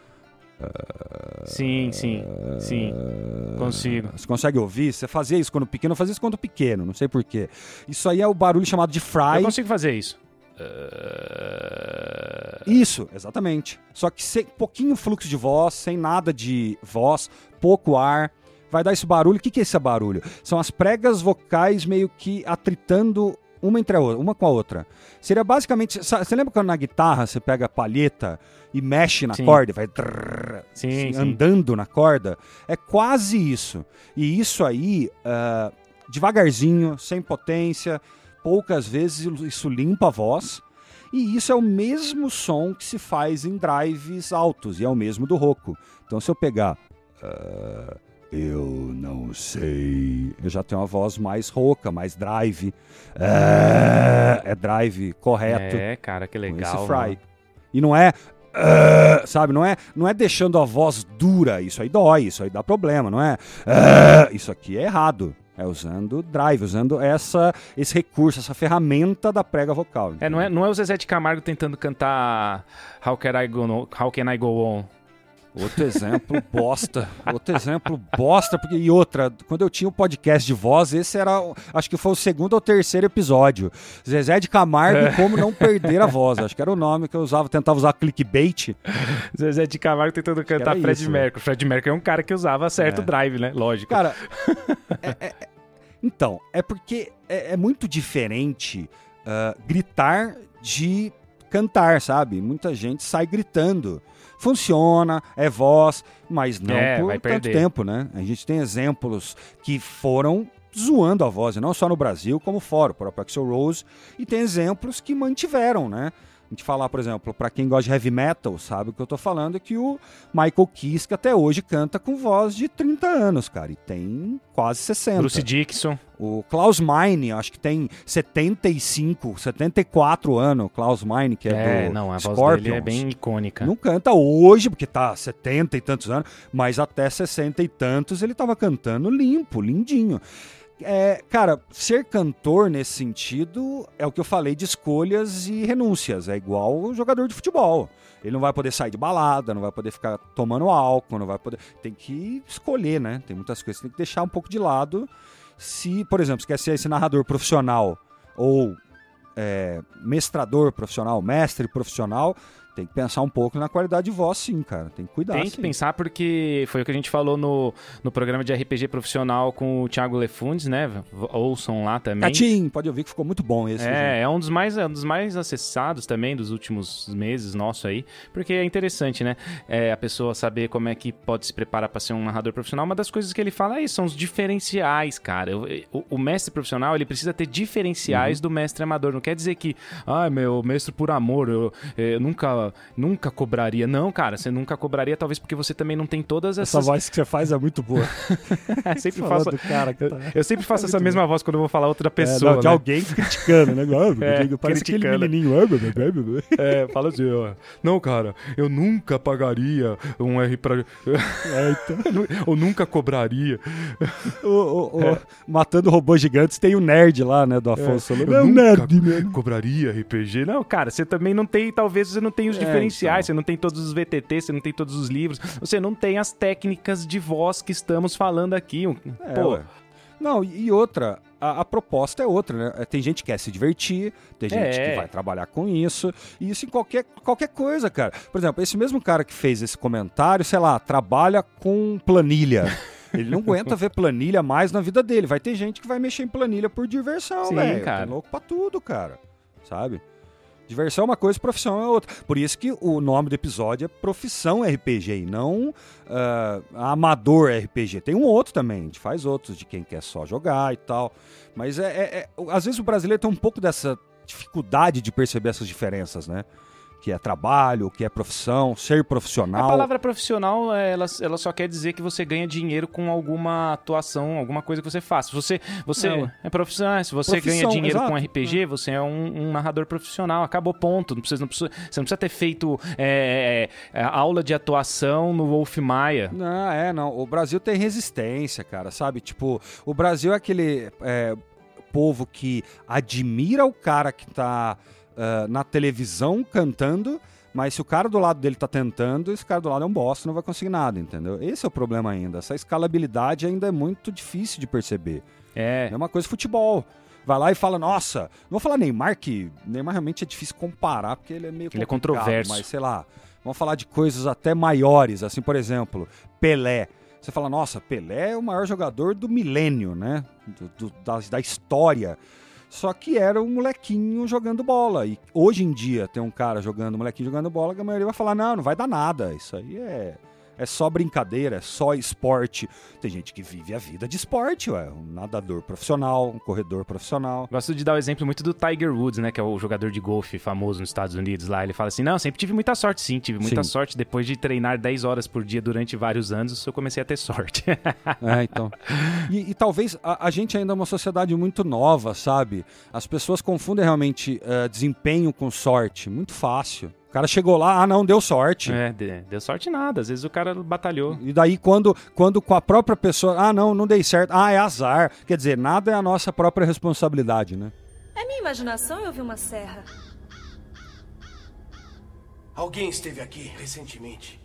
S3: Sim, sim, sim. Consigo.
S2: Você consegue ouvir? Você fazia isso quando pequeno, eu fazia isso quando pequeno, não sei porquê. Isso aí é o barulho chamado de fry.
S3: Eu consigo fazer isso.
S2: Isso, exatamente. Só que sem pouquinho fluxo de voz, sem nada de voz, pouco ar. Vai dar esse barulho. O que, que é esse barulho? São as pregas vocais meio que atritando uma entre a outra, uma com a outra. Seria basicamente... Você lembra quando na guitarra você pega a palheta e mexe na
S3: Sim.
S2: corda? Vai trrr,
S3: Sim,
S2: assim,
S3: sim.
S2: andando na corda? É quase isso. E isso aí, uh, devagarzinho, sem potência, poucas vezes isso limpa a voz. E isso é o mesmo som que se faz em drives altos. E é o mesmo do rouco. Então se eu pegar... Uh, eu não sei. Eu já tenho uma voz mais rouca, mais drive. É, é drive correto.
S3: É, cara, que legal.
S2: Com esse fry.
S3: Mano.
S2: E não é, uh, sabe, não é, não é deixando a voz dura. Isso aí dói, isso aí dá problema, não é? Uh, isso aqui é errado. É usando drive, usando essa, esse recurso, essa ferramenta da prega vocal.
S3: É, não é, não é o Zezé de Camargo tentando cantar How Can I Go, no, How Can I Go On?
S2: Outro exemplo bosta, outro exemplo bosta, porque, e outra, quando eu tinha o um podcast de voz, esse era, acho que foi o segundo ou terceiro episódio, Zezé de Camargo e como não perder a voz, acho que era o nome que eu usava, tentava usar clickbait.
S3: Zezé de Camargo tentando cantar Fred
S2: isso,
S3: Mercury, Fred Mercury é um cara que usava certo
S2: é.
S3: drive, né, lógico.
S2: Cara, é, é, é, então, é porque é, é muito diferente uh, gritar de cantar, sabe? Muita gente sai gritando. Funciona, é voz, mas não
S3: é,
S2: por tanto tempo, né? A gente tem exemplos que foram zoando a voz, não só no Brasil, como fora, o próprio Axl Rose, e tem exemplos que mantiveram, né? A gente falar, por exemplo, pra quem gosta de heavy metal, sabe o que eu tô falando, é que o Michael Kiske que até hoje canta com voz de trinta anos, cara, e tem quase sessenta.
S3: Bruce Dickinson.
S2: O Klaus Meine, acho que tem setenta e cinco, setenta e quatro anos, Klaus Meine, que é,
S3: é
S2: do
S3: não, a
S2: Scorpions.
S3: voz dele é bem icônica.
S2: Não canta hoje, porque tá setenta e tantos anos, mas até sessenta e tantos ele tava cantando limpo, lindinho. É, cara, ser cantor nesse sentido é o que eu falei de escolhas e renúncias. É igual o jogador de futebol. Ele não vai poder sair de balada, não vai poder ficar tomando álcool, não vai poder... Tem que escolher, né? Tem muitas coisas que tem que deixar um pouco de lado. Se, por exemplo, você quer ser esse narrador profissional ou é, mestrador profissional, mestre profissional... Tem que pensar um pouco na qualidade de voz, sim, cara. Tem que cuidar,
S3: Tem que
S2: sim.
S3: pensar porque foi o que a gente falou no, no programa de R P G profissional com o Thiago Lefundes, né? Ouçam lá também.
S2: Catim, pode ouvir que ficou muito bom esse.
S3: É, é um dos, mais, é um dos mais acessados também dos últimos meses nosso aí, porque é interessante, né? É, a pessoa saber como é que pode se preparar para ser um narrador profissional. Uma das coisas que ele fala aí são os diferenciais, cara. O, o mestre profissional, ele precisa ter diferenciais uhum. do mestre amador. Não quer dizer que, ah, meu, mestre por amor, eu, eu nunca ah, nunca cobraria. Não, cara, você nunca cobraria, talvez porque você também não tem todas essas...
S2: Essa voz que você faz é muito boa.
S3: sempre faço...
S2: cara que tá...
S3: eu, eu sempre faço é essa mesma bom. voz quando eu vou falar outra pessoa,
S2: é, não, de
S3: né?
S2: alguém criticando, né?
S3: é,
S2: Parece
S3: criticando.
S2: aquele menininho.
S3: é, fala assim, ó, não, cara, eu nunca pagaria um R pra...
S2: é, então...
S3: ou nunca cobraria.
S2: o, o, o, é. Matando robôs gigantes, tem o nerd lá, né, do Afonso.
S3: É, eu não, nunca nerd, mesmo. cobraria R P G. Não, cara, você também não tem, talvez você não tem os é, diferenciais, então. Você não tem todos os V T T, você não tem todos os livros, você não tem as técnicas de voz que estamos falando aqui.
S2: É,
S3: Pô.
S2: Ué. Não, e outra, a, a proposta é outra, né? Tem gente que quer se divertir, tem gente
S3: é.
S2: que vai trabalhar com isso, e isso em qualquer, qualquer coisa, cara. Por exemplo, esse mesmo cara que fez esse comentário, sei lá, trabalha com planilha. Ele não aguenta ver planilha mais na vida dele. Vai ter gente que vai mexer em planilha por diversão, velho. Tá louco pra tudo, cara. Sabe? Diversão é uma coisa, profissão é outra. Por isso que o nome do episódio é Profissão R P G e não uh, Amador R P G. Tem um outro também, a gente faz outros de quem quer só jogar e tal. Mas é, é, é às vezes o brasileiro tem um pouco dessa dificuldade de perceber essas diferenças, né? Que é trabalho, que é profissão, ser profissional.
S3: A palavra profissional, ela, ela só quer dizer que você ganha dinheiro com alguma atuação, alguma coisa que você faça. Você, você é, é profissional, se você
S2: profissão,
S3: ganha dinheiro
S2: exato.
S3: com R P G, você é um, um narrador profissional, acabou, ponto. Não precisa, não precisa, você não precisa ter feito é, é, aula de atuação no Wolf Maia.
S2: Não, é, não. O Brasil tem resistência, cara, sabe? Tipo, o Brasil é aquele é, povo que admira o cara que tá... Uh, na televisão cantando, mas se o cara do lado dele tá tentando, esse cara do lado é um bosta, não vai conseguir nada, entendeu? Esse é o problema ainda. Essa escalabilidade ainda é muito difícil de perceber.
S3: É.
S2: É uma coisa de futebol. Vai lá e fala, nossa, não vou falar Neymar, que Neymar realmente é difícil comparar, porque ele é meio
S3: ele é controverso.
S2: Mas sei lá, vamos falar de coisas até maiores, assim, por exemplo, Pelé. Você fala, nossa, Pelé é o maior jogador do milênio, né? Do, do, da, da história. Só que era um molequinho jogando bola. E hoje em dia tem um cara jogando, um molequinho jogando bola, que a maioria vai falar, não, não vai dar nada. Isso aí é, é só brincadeira, é só esporte. Tem gente que vive a vida de esporte, ué. Um nadador profissional, um corredor profissional.
S3: Gosto de dar o exemplo muito do Tiger Woods, né? Que é o jogador de golfe famoso nos Estados Unidos lá. Ele fala assim, não, sempre tive muita sorte, sim. Tive muita sim. sorte. Depois de treinar dez horas por dia durante vários anos, eu comecei a ter sorte.
S2: É, então. E, e talvez a, a gente ainda é uma sociedade muito nova, sabe? As pessoas confundem realmente uh, desempenho com sorte. Muito fácil. O cara chegou lá, ah, não, deu sorte.
S3: É, deu sorte nada. Às vezes o cara batalhou.
S2: E daí, quando, quando com a própria pessoa, ah, não, não dei certo. Ah, é azar. Quer dizer, nada é a nossa própria responsabilidade, né?
S1: É minha imaginação, eu vi uma serra.
S8: Alguém esteve aqui recentemente.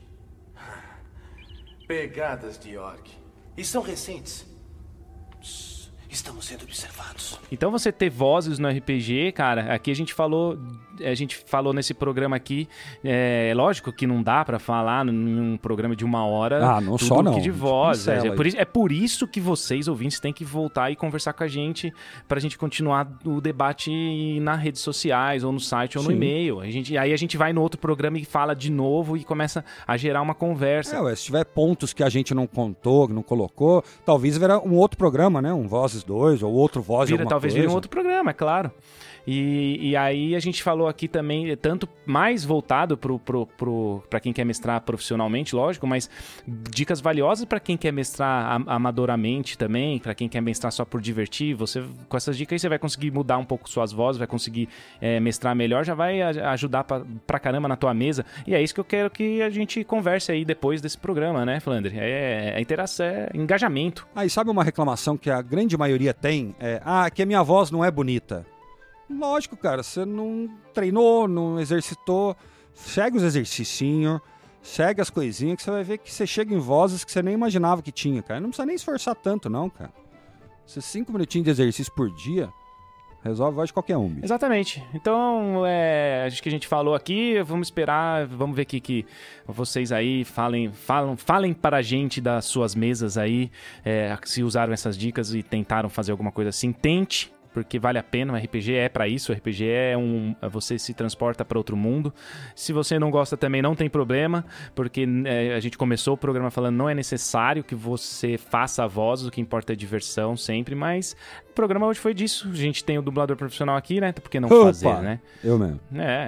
S8: Pegadas de orc. E são recentes. Psst, estamos sendo observados.
S3: Então você ter vozes no R P G, cara, aqui a gente falou... A gente falou nesse programa aqui, é lógico que não dá pra falar num programa de uma hora
S2: ah, não
S3: tudo
S2: só não.
S3: que de voz. É, é, por isso, é por isso que vocês, ouvintes, têm que voltar e conversar com a gente pra gente continuar o debate nas redes sociais, ou no site, ou no Sim. e-mail. A gente, aí a gente vai no outro programa e fala de novo e começa a gerar uma conversa.
S2: É, ué, se tiver pontos que a gente não contou, que não colocou, talvez virá um outro programa, né? Um Vozes dois, ou outro Voz
S3: Vira,
S2: alguma
S3: Talvez
S2: coisa.
S3: vire um outro programa, é claro. E, e aí a gente falou aqui também, tanto mais voltado pro, pro, pro, pra quem quer mestrar profissionalmente, lógico, mas dicas valiosas para quem quer mestrar amadoramente também, para quem quer mestrar só por divertir. Você, com essas dicas aí você vai conseguir mudar um pouco suas vozes, vai conseguir é, mestrar melhor, já vai ajudar pra, pra caramba na tua mesa. E é isso que eu quero que a gente converse aí depois desse programa, né, Flandre? É, é interação, é engajamento.
S2: Ah, e sabe uma reclamação que a grande maioria tem? É, ah, que a minha voz não é bonita. Lógico, cara, você não treinou, não exercitou, segue os exercicinhos, segue as coisinhas que você vai ver que você chega em vozes que você nem imaginava que tinha, cara. Não precisa nem esforçar tanto, não, cara. Esses cinco minutinhos de exercício por dia resolve a voz de qualquer um. Bicho.
S3: Exatamente. Então, é, acho que a gente falou aqui, vamos esperar, vamos ver que, que vocês aí falem, falam, falem para a gente das suas mesas aí, é, se usaram essas dicas e tentaram fazer alguma coisa assim, tente. Porque vale a pena, o R P G é pra isso, o R P G é um... Você se transporta para outro mundo. Se você não gosta também, não tem problema, porque é, a gente começou o programa falando não é necessário que você faça a voz, o que importa é diversão sempre, mas o programa hoje foi disso. A gente tem o dublador profissional aqui, né? Por que não
S2: Opa,
S3: fazer, né?
S2: Eu mesmo.
S3: É...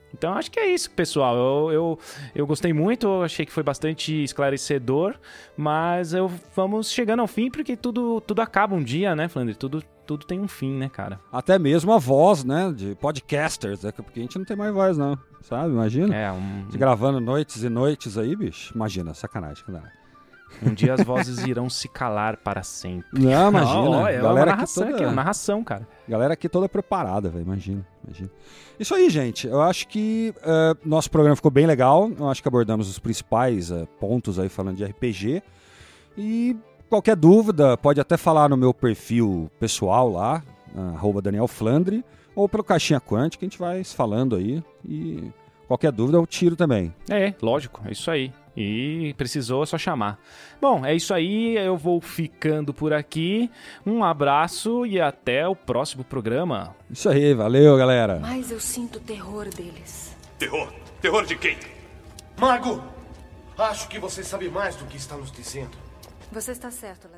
S3: Então acho que é isso, pessoal. Eu, eu, eu gostei muito, eu achei que foi bastante esclarecedor, mas eu, vamos chegando ao fim, porque tudo, tudo acaba um dia, né, Flandre? Tudo, tudo tem um fim, né, cara?
S2: Até mesmo a voz, né, de podcasters, né, porque a gente não tem mais voz, não, sabe? Imagina.
S3: É, um...
S2: De gravando noites e noites aí, bicho. Imagina, sacanagem.
S3: Um dia as vozes irão se calar para sempre.
S2: Não, imagina.
S3: Não, é
S2: galera
S3: uma narração
S2: aqui,
S3: toda...
S2: toda...
S3: aqui, é uma narração, cara.
S2: Galera aqui toda preparada, velho, imagina, imagina. Isso aí, gente. Eu acho que uh, nosso programa ficou bem legal. Eu acho que abordamos os principais uh, pontos aí falando de R P G. E qualquer dúvida, pode até falar no meu perfil pessoal lá, uh, arroba Daniel Flandre, ou pelo Caixinha Quântica, a gente vai falando aí. E qualquer dúvida eu tiro também.
S3: É, lógico, é isso aí. E precisou, é só chamar. Bom, é isso aí, eu vou ficando por aqui. Um abraço e até o próximo programa.
S2: Isso aí, valeu, galera.
S1: Mas eu sinto o terror deles.
S6: Terror? Terror de quem?
S8: Mago! Acho que você sabe mais do que está nos dizendo.
S1: Você está certo, Ladino.